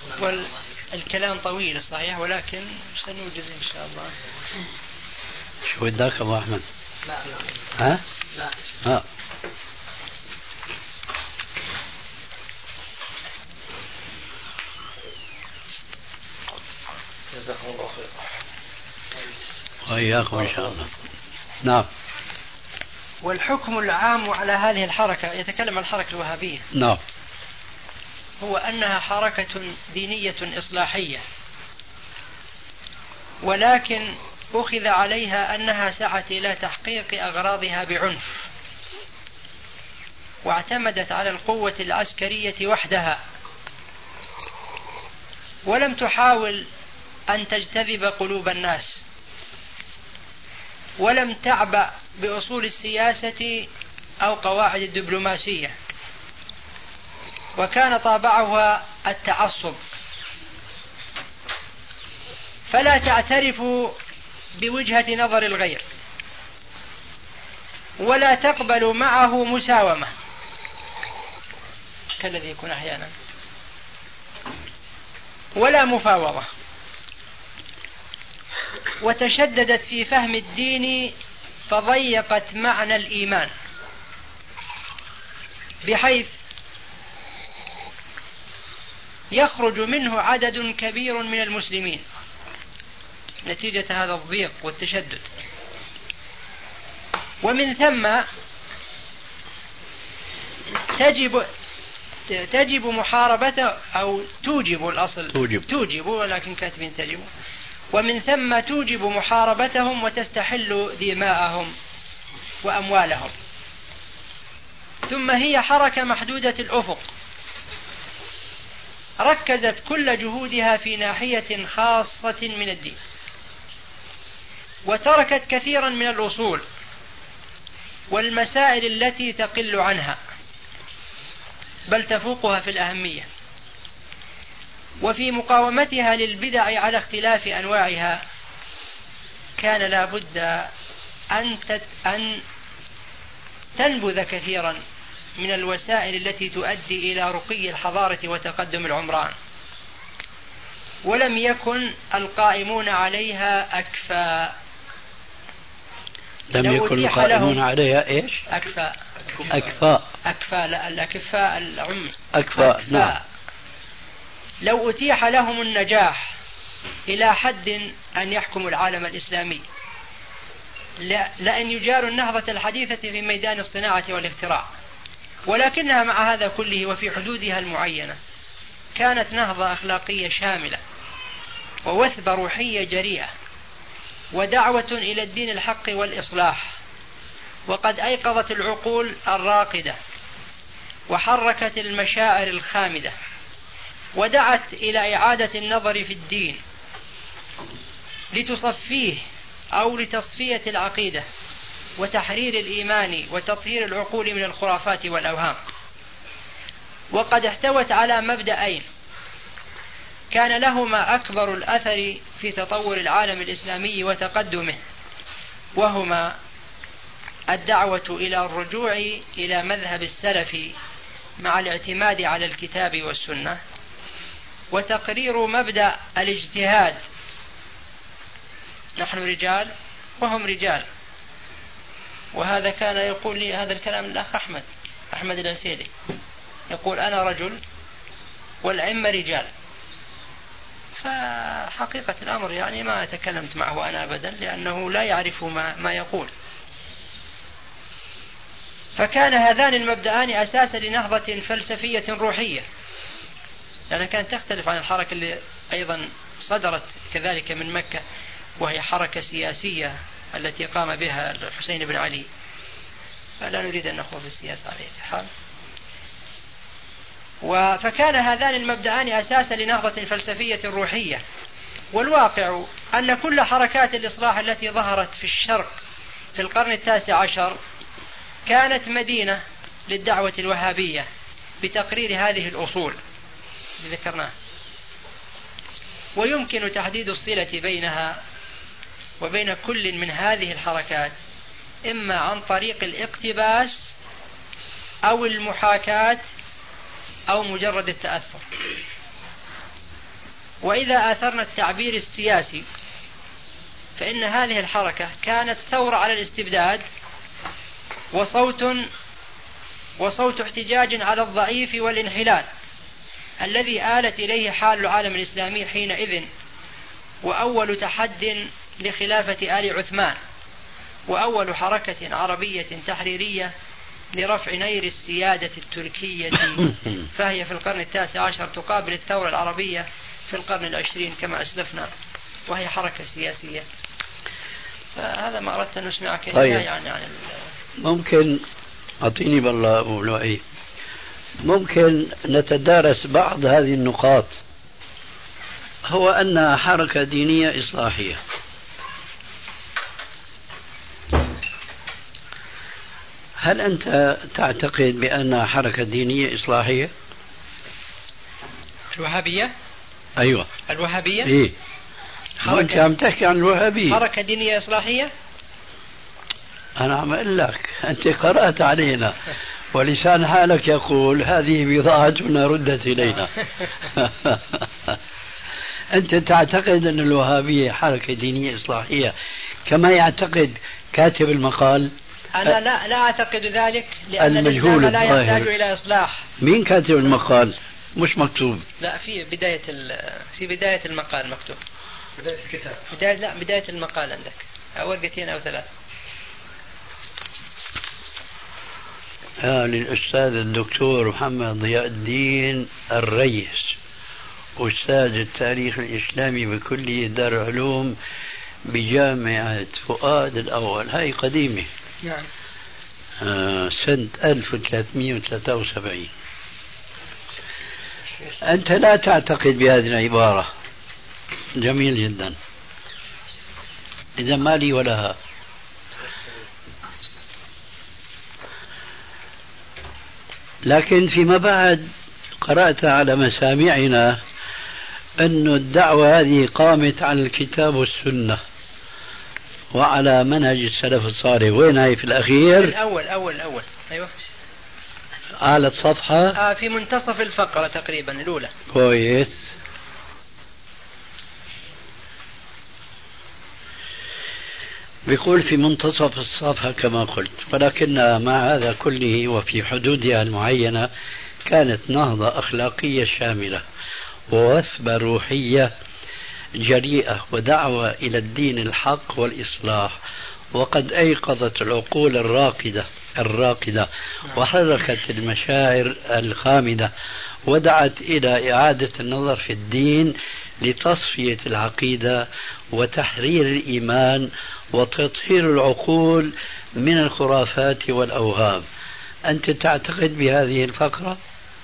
والكلام طويل صحيح، ولكن سنوجز إن شاء الله. شو بدك أبو أحمد؟ لا ها؟ لا ها. جزاكم الله خير. وإياكم إن شاء الله. نعم. والحكم العام على هذه الحركة، يتكلم عن الحركة الوهابية. نعم. هو أنها حركة دينية إصلاحية، ولكن أخذ عليها أنها سعت إلى تحقيق أغراضها بعنف، واعتمدت على القوة العسكرية وحدها، ولم تحاول أن تجتذب قلوب الناس، ولم تعبأ بأصول السياسة أو قواعد الدبلوماسية، وكان طابعها التعصب، فلا تعترف بوجهة نظر الغير، ولا تقبل معه مساومة كالذي يكون أحيانا، ولا مفاوضة. وتشددت في فهم الدين فضيقت معنى الإيمان، بحيث يخرج منه عدد كبير من المسلمين نتيجة هذا الضيق والتشدد. ومن ثم تجب تجب محاربته، أو توجب الأصل توجب, توجب ولكن كاتبين تجب. ومن ثم توجب محاربتهم وتستحل دماءهم وأموالهم. ثم هي حركة محدودة الأفق، ركزت كل جهودها في ناحية خاصة من الدين، وتركت كثيرا من الأصول والمسائل التي تقل عنها، بل تفوقها في الأهمية. وفي مقاومتها للبدع على اختلاف أنواعها كان لا بد أن أن تنبذ كثيرا من الوسائل التي تؤدي إلى رقي الحضارة وتقدم العمران، ولم يكن القائمون عليها أكفى. لم يكن القائمون عليها إيش؟ أكفى أكفى أكفى لا الأكفاء العم أكفى, أكفى. نعم. لو أتيح لهم النجاح إلى حد أن يحكموا العالم الإسلامي، لأن يجاروا النهضة الحديثة في ميدان الصناعة والاختراع، ولكنها مع هذا كله وفي حدودها المعينة كانت نهضة أخلاقية شاملة، ووثبة روحية جريئة، ودعوة إلى الدين الحق والإصلاح، وقد أيقظت العقول الراقدة، وحركت المشاعر الخامدة، ودعت إلى إعادة النظر في الدين لتصفيه أو لتصفية العقيدة وتحرير الإيمان وتطهير العقول من الخرافات والأوهام. وقد احتوت على مبدأين كان لهما أكبر الأثر في تطور العالم الإسلامي وتقدمه، وهما الدعوة إلى الرجوع إلى مذهب السلف مع الاعتماد على الكتاب والسنة، وتقرير مبدأ الاجتهاد. نحن رجال وهم رجال، وهذا كان يقول لي هذا الكلام الأخ أحمد أحمد العسيلي، يقول أنا رجل والأئمة رجال. فحقيقة الأمر يعني ما تكلمت معه أنا أبدا، لأنه لا يعرف ما, ما يقول. فكان هذان المبدأان أساسا لنهضة فلسفية روحية، يعني كانت تختلف عن الحركة اللي أيضا صدرت كذلك من مكة، وهي حركة سياسية التي قام بها الحسين بن علي، فلا نريد أن نخوض في السياسة عليه حال. فكان هذان المبدأان أساسا لنهضة فلسفية روحية. والواقع أن كل حركات الإصلاح التي ظهرت في الشرق في القرن التاسع عشر كانت مدينة للدعوة الوهابية بتقرير هذه الأصول التي ذكرناها. ويمكن تحديد الصلة بينها وبين كل من هذه الحركات إما عن طريق الاقتباس أو المحاكاة أو مجرد التأثر. وإذا آثرنا التعبير السياسي فإن هذه الحركة كانت ثورة على الاستبداد وصوت وصوت احتجاج على الضعيف والانحلال الذي آلت إليه حال العالم الإسلامي حينئذ، وأول تحد لخلافة آل عثمان، وأول حركة عربية تحريرية لرفع نير السيادة التركية، فهي في القرن التاسع عشر تقابل الثورة العربية في القرن العشرين كما أسلفنا، وهي حركة سياسية. فهذا ما أردت أن أسمعك. طيب. يعني عن ممكن أعطيني بالله أبو لؤي، ممكن نتدارس بعض هذه النقاط. هو أنها حركة دينية إصلاحية، هل أنت تعتقد بأنها حركة دينية إصلاحية؟ الوهابية؟ أيوة الوهابية؟ إيه؟ أنت عم تحكي عن الوهابية، حركة دينية إصلاحية؟ أنا عم أقول لك أنت قرأت علينا ولسان حالك يقول هذه بضاعتنا ردت إلينا. أنت تعتقد أن الوهابية حركة دينية إصلاحية كما يعتقد كاتب المقال؟ أنا لا لا أعتقد ذلك، لأن الإسلام لا يحتاج إلى إصلاح. مين كاتب المقال؟ مش مكتوب. لا، في بداية في بداية المقال مكتوب. بداية الكتاب. بداية لا بداية المقال عندك ورقتين أو ثلاث. آه للأستاذ الدكتور محمد ضياء الدين الريس، أستاذ التاريخ الإسلامي بكلية دار العلوم بجامعة فؤاد الأول، هاي قديمة. نعم. آه سنة ألف وثلاثمئة وثلاثة وسبعين. أنت لا تعتقد بهذه العبارة، جميل جدا، إذا ما لي ولها. لكن فيما بعد قرأت على مسامعنا أن الدعوة هذه قامت على الكتاب والسنة وعلى منهج السلف الصالح. وين هي في الأخير؟ الأول أول أول أيوة، على الصفحة آه في منتصف الفقرة تقريبا الأولى. كويس. بيقول في منتصف الصفحة كما قلت، ولكن مع هذا كله وفي حدودها المعينة كانت نهضة أخلاقية شاملة ووثبة روحية جريئة ودعوة إلى الدين الحق والإصلاح، وقد أيقظت العقول الراقدة الراقدة وحركت المشاعر الخامدة ودعت إلى إعادة النظر في الدين لتصفية العقيدة وتحرير الإيمان وتطهير العقول من الخرافات والأوهام. أنت تعتقد بهذه الفقرة؟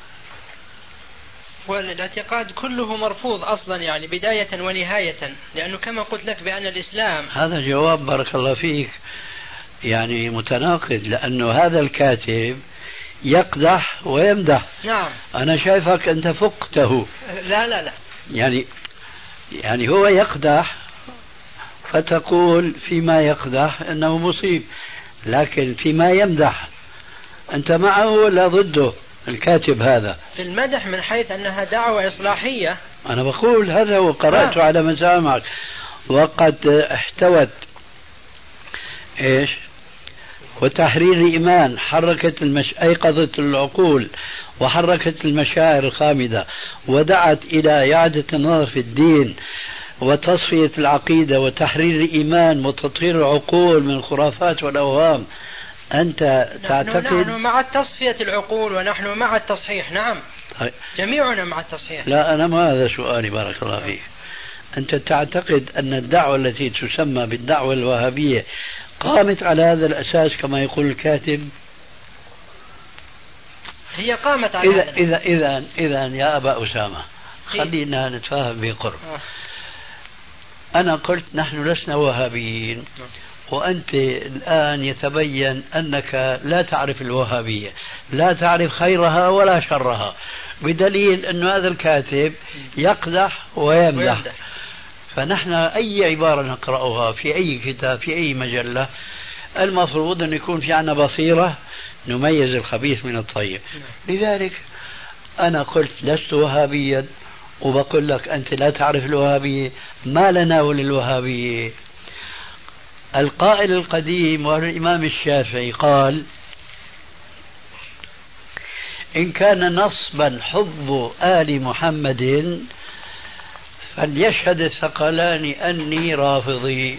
والاعتقاد كله مرفوض أصلا، يعني بداية ونهاية، لأنه كما قلت لك بأن الإسلام. هذا جواب بارك الله فيك يعني متناقض، لأنه هذا الكاتب يقدح ويمدح. نعم. أنا شايفك أنت فقته. لا لا لا يعني يعني هو يقدح فتقول فيما يقدح أنه مصيب، لكن فيما يمدح أنت معه ولا ضده الكاتب هذا؟ في المدح من حيث أنها دعوة إصلاحية. أنا بقول هذا وقرأت آه. على مسامعك، وقد احتوت إيش؟ وتحرير الإيمان، حركت المش... أيقظت العقول وحركت المشاعر الخامدة ودعت إلى إعادة النظر في الدين وتصفية العقيدة وتحرير الإيمان وتطهير العقول من الخرافات والأوهام. أنت تعتقد؟ نحن مع تصفية العقول ونحن مع التصحيح. نعم. طيب. جميعنا مع التصحيح. لا، أنا ما هذا سؤالي بارك الله فيك. أنت تعتقد أن الدعوة التي تسمى بالدعوة الوهابية قامت على هذا الأساس كما يقول الكاتب؟ هي قامت على إذا هذا. إذا إذا إذا يا أبا أسامة خلينا نتفاهم بقرب. أنا قلت نحن لسنا وهابيين، وأنت الآن يتبين أنك لا تعرف الوهابية، لا تعرف خيرها ولا شرها، بدليل أن هذا الكاتب يقدح ويمدح. ويمدح. فنحن أي عبارة نقرأها في أي كتاب في أي مجلة المفروض أن يكون في عنا بصيرة نميز الخبيث من الطيب. لذلك أنا قلت لست وهابيا وبقول لك أنت لا تعرف الوهابية. ما لنا وللوهابية؟ القائل القديم والإمام الشافعي قال: إن كان نصبا حب آل محمد فليشهد الثقلان أني رافضي.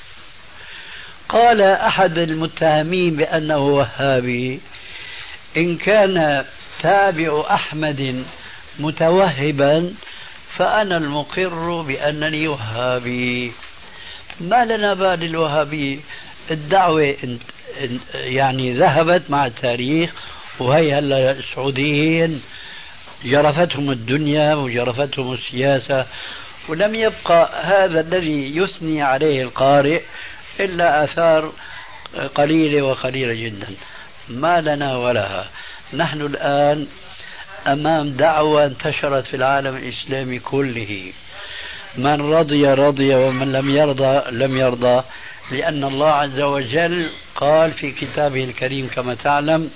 قال أحد المتهمين بأنه وهابي: إن كان تابع أحمد متوهبا فأنا المقر بأنني وهابي. ما لنا بال الوهابي؟ الدعوة يعني ذهبت مع التاريخ، وهي هلا السعوديين جرفتهم الدنيا وجرفتهم السياسة، ولم يبقى هذا الذي يثني عليه القارئ إلا آثار قليلة وقليلة جدا. ما لنا ولها. نحن الآن أمام دعوة انتشرت في العالم الإسلامي كله، من رضي رضي ومن لم يرضى لم يرضى، لأن الله عز وجل قال في كتابه الكريم كما تعلم: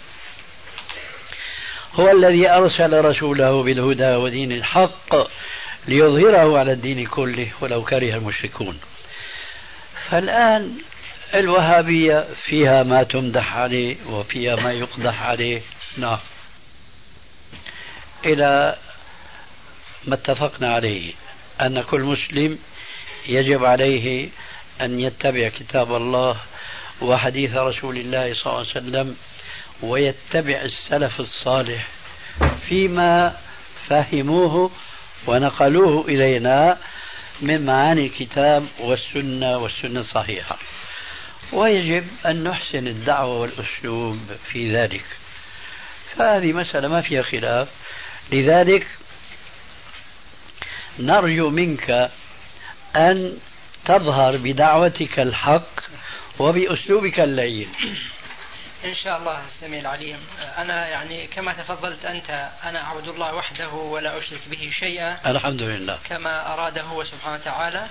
هو الذي أرسل رسوله بالهدى ودين الحق ليظهره على الدين كله ولو كره المشركون. فالآن الوهابية فيها ما تمدح عليه وفيها ما يقدح عليه. نعم، إلى ما اتفقنا عليه أن كل مسلم يجب عليه أن يتبع كتاب الله وحديث رسول الله صلى الله عليه وسلم، ويتبع السلف الصالح فيما فهموه ونقلوه إلينا من معاني الكتاب والسنة والسنة الصحيحة، ويجب أن نحسن الدعوة والأسلوب في ذلك. فهذه مسألة ما فيها خلاف. لذلك نرجو منك أن تظهر بدعوتك الحق وبأسلوبك اللين. إن شاء الله السميع العليم. أنا يعني كما تفضلت أنت، أنا أعبد الله وحده ولا أشرك به شيئا، الحمد لله، كما أراده هو سبحانه وتعالى،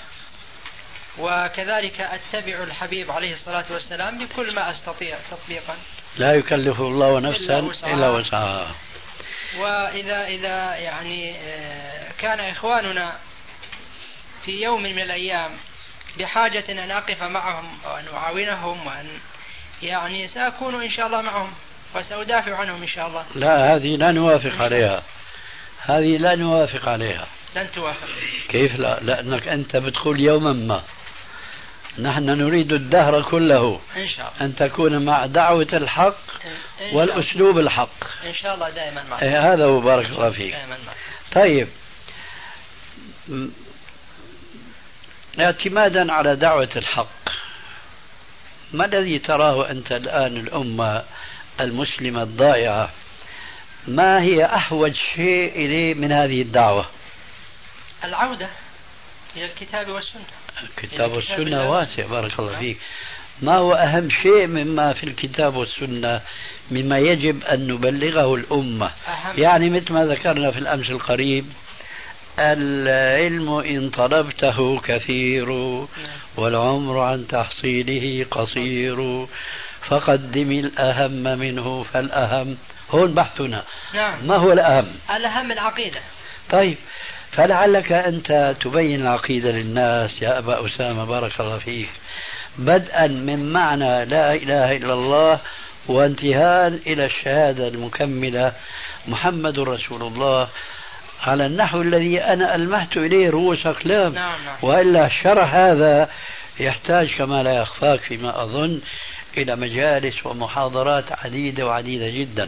وكذلك أتبع الحبيب عليه الصلاة والسلام بكل ما أستطيع تطبيقا. لا يكلف الله نفسا إلا وسعها. وإذا إذا يعني كان إخواننا في يوم من الأيام بحاجة أن أقف معهم وأن أعاونهم وأن يعني سأكون إن شاء الله معهم وسأدافع عنهم إن شاء الله. لا، هذه لا نوافق عليها، هذه لا نوافق عليها. لن توافق. كيف لا؟ لأنك أنت بتقول يوما ما نحن نريد الدهر كله إن شاء الله أن تكون مع دعوة الحق والأسلوب الحق. إن شاء الله دائما معك. إيه هذا هو، بارك الله فيك. دائما معك. طيب، اعتمادا على دعوة الحق، ما الذي تراه أنت الآن الأمة المسلمة الضائعة، ما هي أحوج شيء إليه من هذه الدعوة؟ العودة إلى الكتاب والسنة. الكتاب والسنة واسع، بارك الله فيك. ما هو أهم شيء مما في الكتاب والسنة مما يجب أن نبلغه الأمة؟ يعني مثل ما ذكرنا في الأمس القريب: العلم إن طلبته كثير والعمر عن تحصيله قصير فقدم الأهم منه فالأهم. هون بحثنا. نعم. ما هو الأهم؟ الأهم العقيدة. طيب، فلعلك أنت تبين العقيدة للناس يا أبا أسامة، بارك الله فيك، بدءا من معنى لا إله إلا الله وانتهاء إلى الشهادة المكملة محمد رسول الله، على النحو الذي أنا ألمحت إليه رؤوس أقلام. نعم نعم. وإلا الشرح هذا يحتاج كما لا يخفاك فيما أظن إلى مجالس ومحاضرات عديدة وعديدة جدا.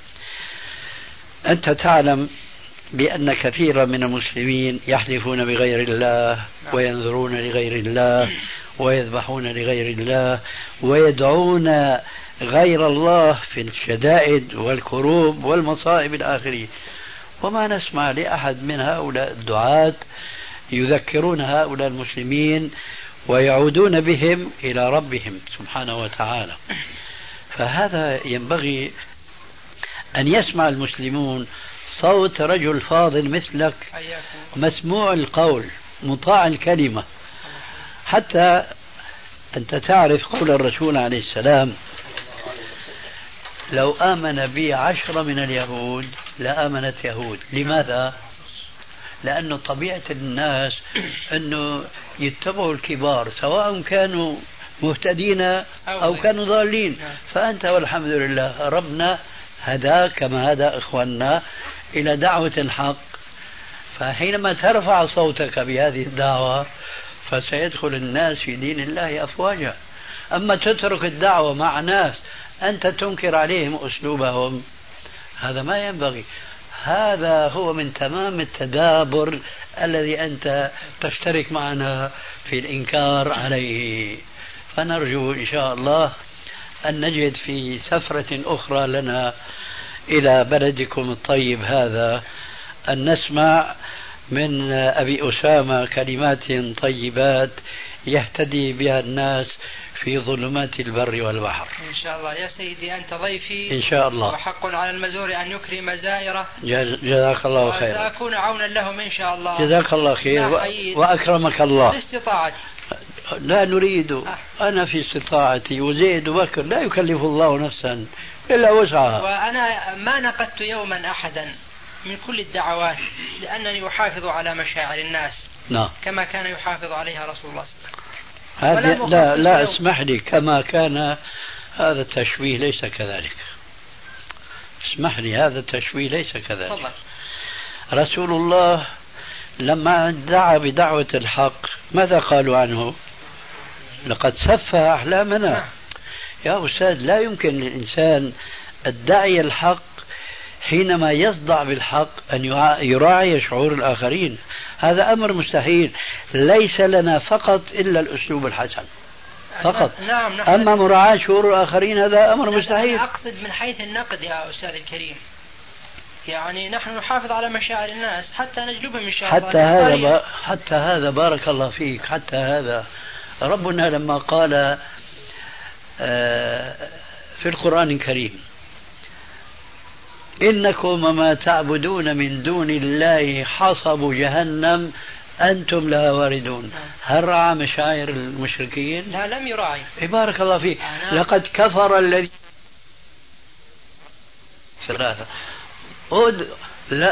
أنت تعلم بأن كثيرا من المسلمين يحلفون بغير الله وينذرون لغير الله ويذبحون لغير الله ويدعون غير الله في الشدائد والكروب والمصائب الآخرين، وما نسمع لأحد من هؤلاء الدعاة يذكرون هؤلاء المسلمين ويعودون بهم إلى ربهم سبحانه وتعالى. فهذا ينبغي أن يسمع المسلمون صوت رجل فاضل مثلك، مسموع القول مطاع الكلمة. حتى أنت تعرف قول الرسول عليه السلام: لو آمن بي عشرة من اليهود لآمنت يهود. لماذا؟ لأنه طبيعة الناس أنه يتبعوا الكبار سواء كانوا مهتدين أو كانوا ضالين. فأنت والحمد لله ربنا هداك كما هدى إخواننا إلى دعوة الحق، فحينما ترفع صوتك بهذه الدعوة فسيدخل الناس في دين الله أفواجا. أما تترك الدعوة مع ناس أنت تنكر عليهم أسلوبهم، هذا ما ينبغي. هذا هو من تمام التدابر الذي أنت تشترك معنا في الإنكار عليه. فنرجو إن شاء الله أن نجد في سفرة أخرى لنا إلى بلدكم الطيب هذا أن نسمع من أبي أسامة كلمات طيبات يهتدي بها الناس في ظلمات البر والبحر. إن شاء الله. يا سيدي أنت ضيفي إن شاء الله، وحق على المزور أن يكرم زائره. جزاك الله خير. وسأكون عونا لهم إن شاء الله. جزاك الله خير وأكرمك الله. باستطاعتي. لا نريد أه. أنا في استطاعتي وزيد وبكر لا يكلف الله نفسا إلا وسعها. وأنا ما نقدت يوما أحدا من كل الدعوات لأنني أحافظ على مشاعر الناس. نعم. كما كان يحافظ عليها رسول الله صلى الله عليه وسلم. هذا لا لا اسمح لي، كما كان هذا التشويه ليس كذلك. اسمح لي، هذا التشويه ليس كذلك. طبعا. رسول الله لما دعا بدعوة الحق ماذا قالوا عنه؟ لقد سفه أحلامنا. نعم. يا أستاذ لا يمكن للإنسان الداعي الحق حينما يصدع بالحق أن يراعي شعور الآخرين، هذا أمر مستحيل. ليس لنا فقط إلا الأسلوب الحسن فقط. نعم. أما مراعاة شعور الآخرين هذا أمر مستحيل. أنا أقصد من حيث النقد يا أستاذ الكريم، يعني نحن نحافظ على مشاعر الناس حتى نجلبهم إن شاء الله. حتى هذا ب... حتى هذا بارك الله فيك، حتى هذا ربنا لما قال في القرآن الكريم إنكم وما تعبدون من دون الله حصب جهنم أنتم لها واردون، هل رعى مشاعر المشركين؟ لا لم يراعي. بارك الله فيك. لقد كفر الذي ثلاثة أد... لا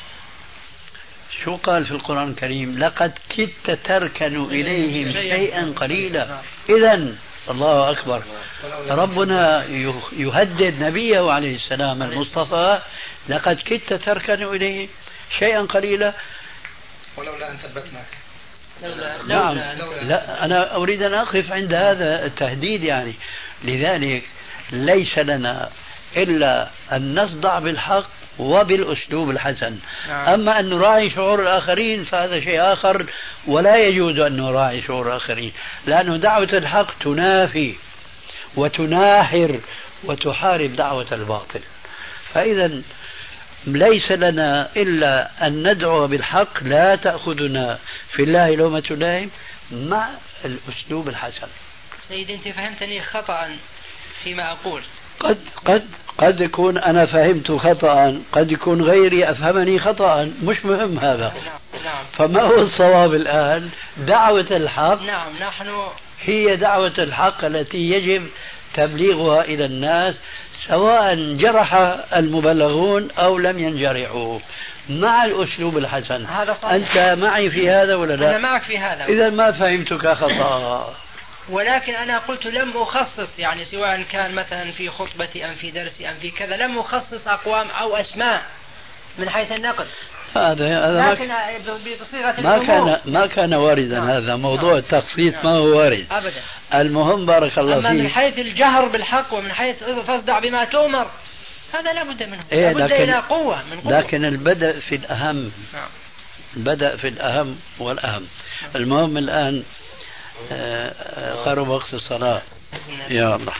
شو قال في القرآن الكريم؟ لقد كدت تركن إليهم شيئا قليلا. إذن الله أكبر، ربنا يهدد نبيه عليه السلام المصطفى لقد كدت تركن إليه شيئا قليلا ولولا أن ثبتناك. نعم. لا أنا أريد أن أقف عند هذا التهديد يعني. لذلك ليس لنا إلا أن نصدع بالحق وبالأسلوب الحسن. أما أن نراعي شعور الآخرين فهذا شيء آخر، ولا يجوز أن نراعي شعور الآخرين، لأن دعوة الحق تنافي وتناحر وتحارب دعوة الباطل. فإذا ليس لنا إلا أن ندعو بالحق لا تأخذنا في الله لومة لائم مع الأسلوب الحسن. سيدي أنت فهمتني خطأ فيما أقول. قد قد قد يكون أنا فهمت خطأ، قد يكون غيري أفهمني خطأ، مش مهم هذا. نعم. نعم. فما هو الصواب الآن؟ دعوة الحق. نعم. نحن هي دعوة الحق التي يجب تبليغها إلى الناس سواء جرح المبلغون أو لم ينجرحوا مع الأسلوب الحسن. هذا صحيح. أنت معي في هذا ولا لا؟ أنا معك في هذا. إذا ما فهمتك خطأ. ولكن أنا قلت لم أخصص، يعني سواء كان مثلا في خطبتي أم في درسي أم في كذا، لم أخصص أقوام أو أسماء من حيث النقد. هذا هذا لكن بصيغة ما كان ما كان واردا. نعم. هذا موضوع نعم. التخصيص نعم. ما هو وارد أبدا. المهم بارك الله فيك. أما من حيث الجهر بالحق ومن حيث فاصدع بما تؤمر هذا لا بد منه. إيه لا بد إلى قوة من قوة. لكن البدء في الأهم. نعم. البدء في الأهم والأهم. نعم. المهم الآن قرب وقت الصلاة. يا الله.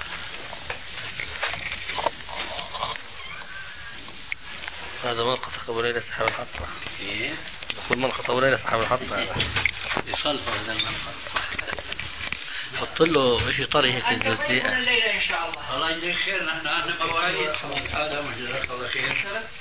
هذا منقطع قبل ليلة أصحاب الحطة. إيه؟ يقول منقطع قبل ليلة أصحاب الحطة. يصلح هذا المنقطع. حط له شيء طري هيك الليلة إن شاء الله. الله يجزيك خير. نحن عندنا مواعيد. هذا مجزاك الله خير.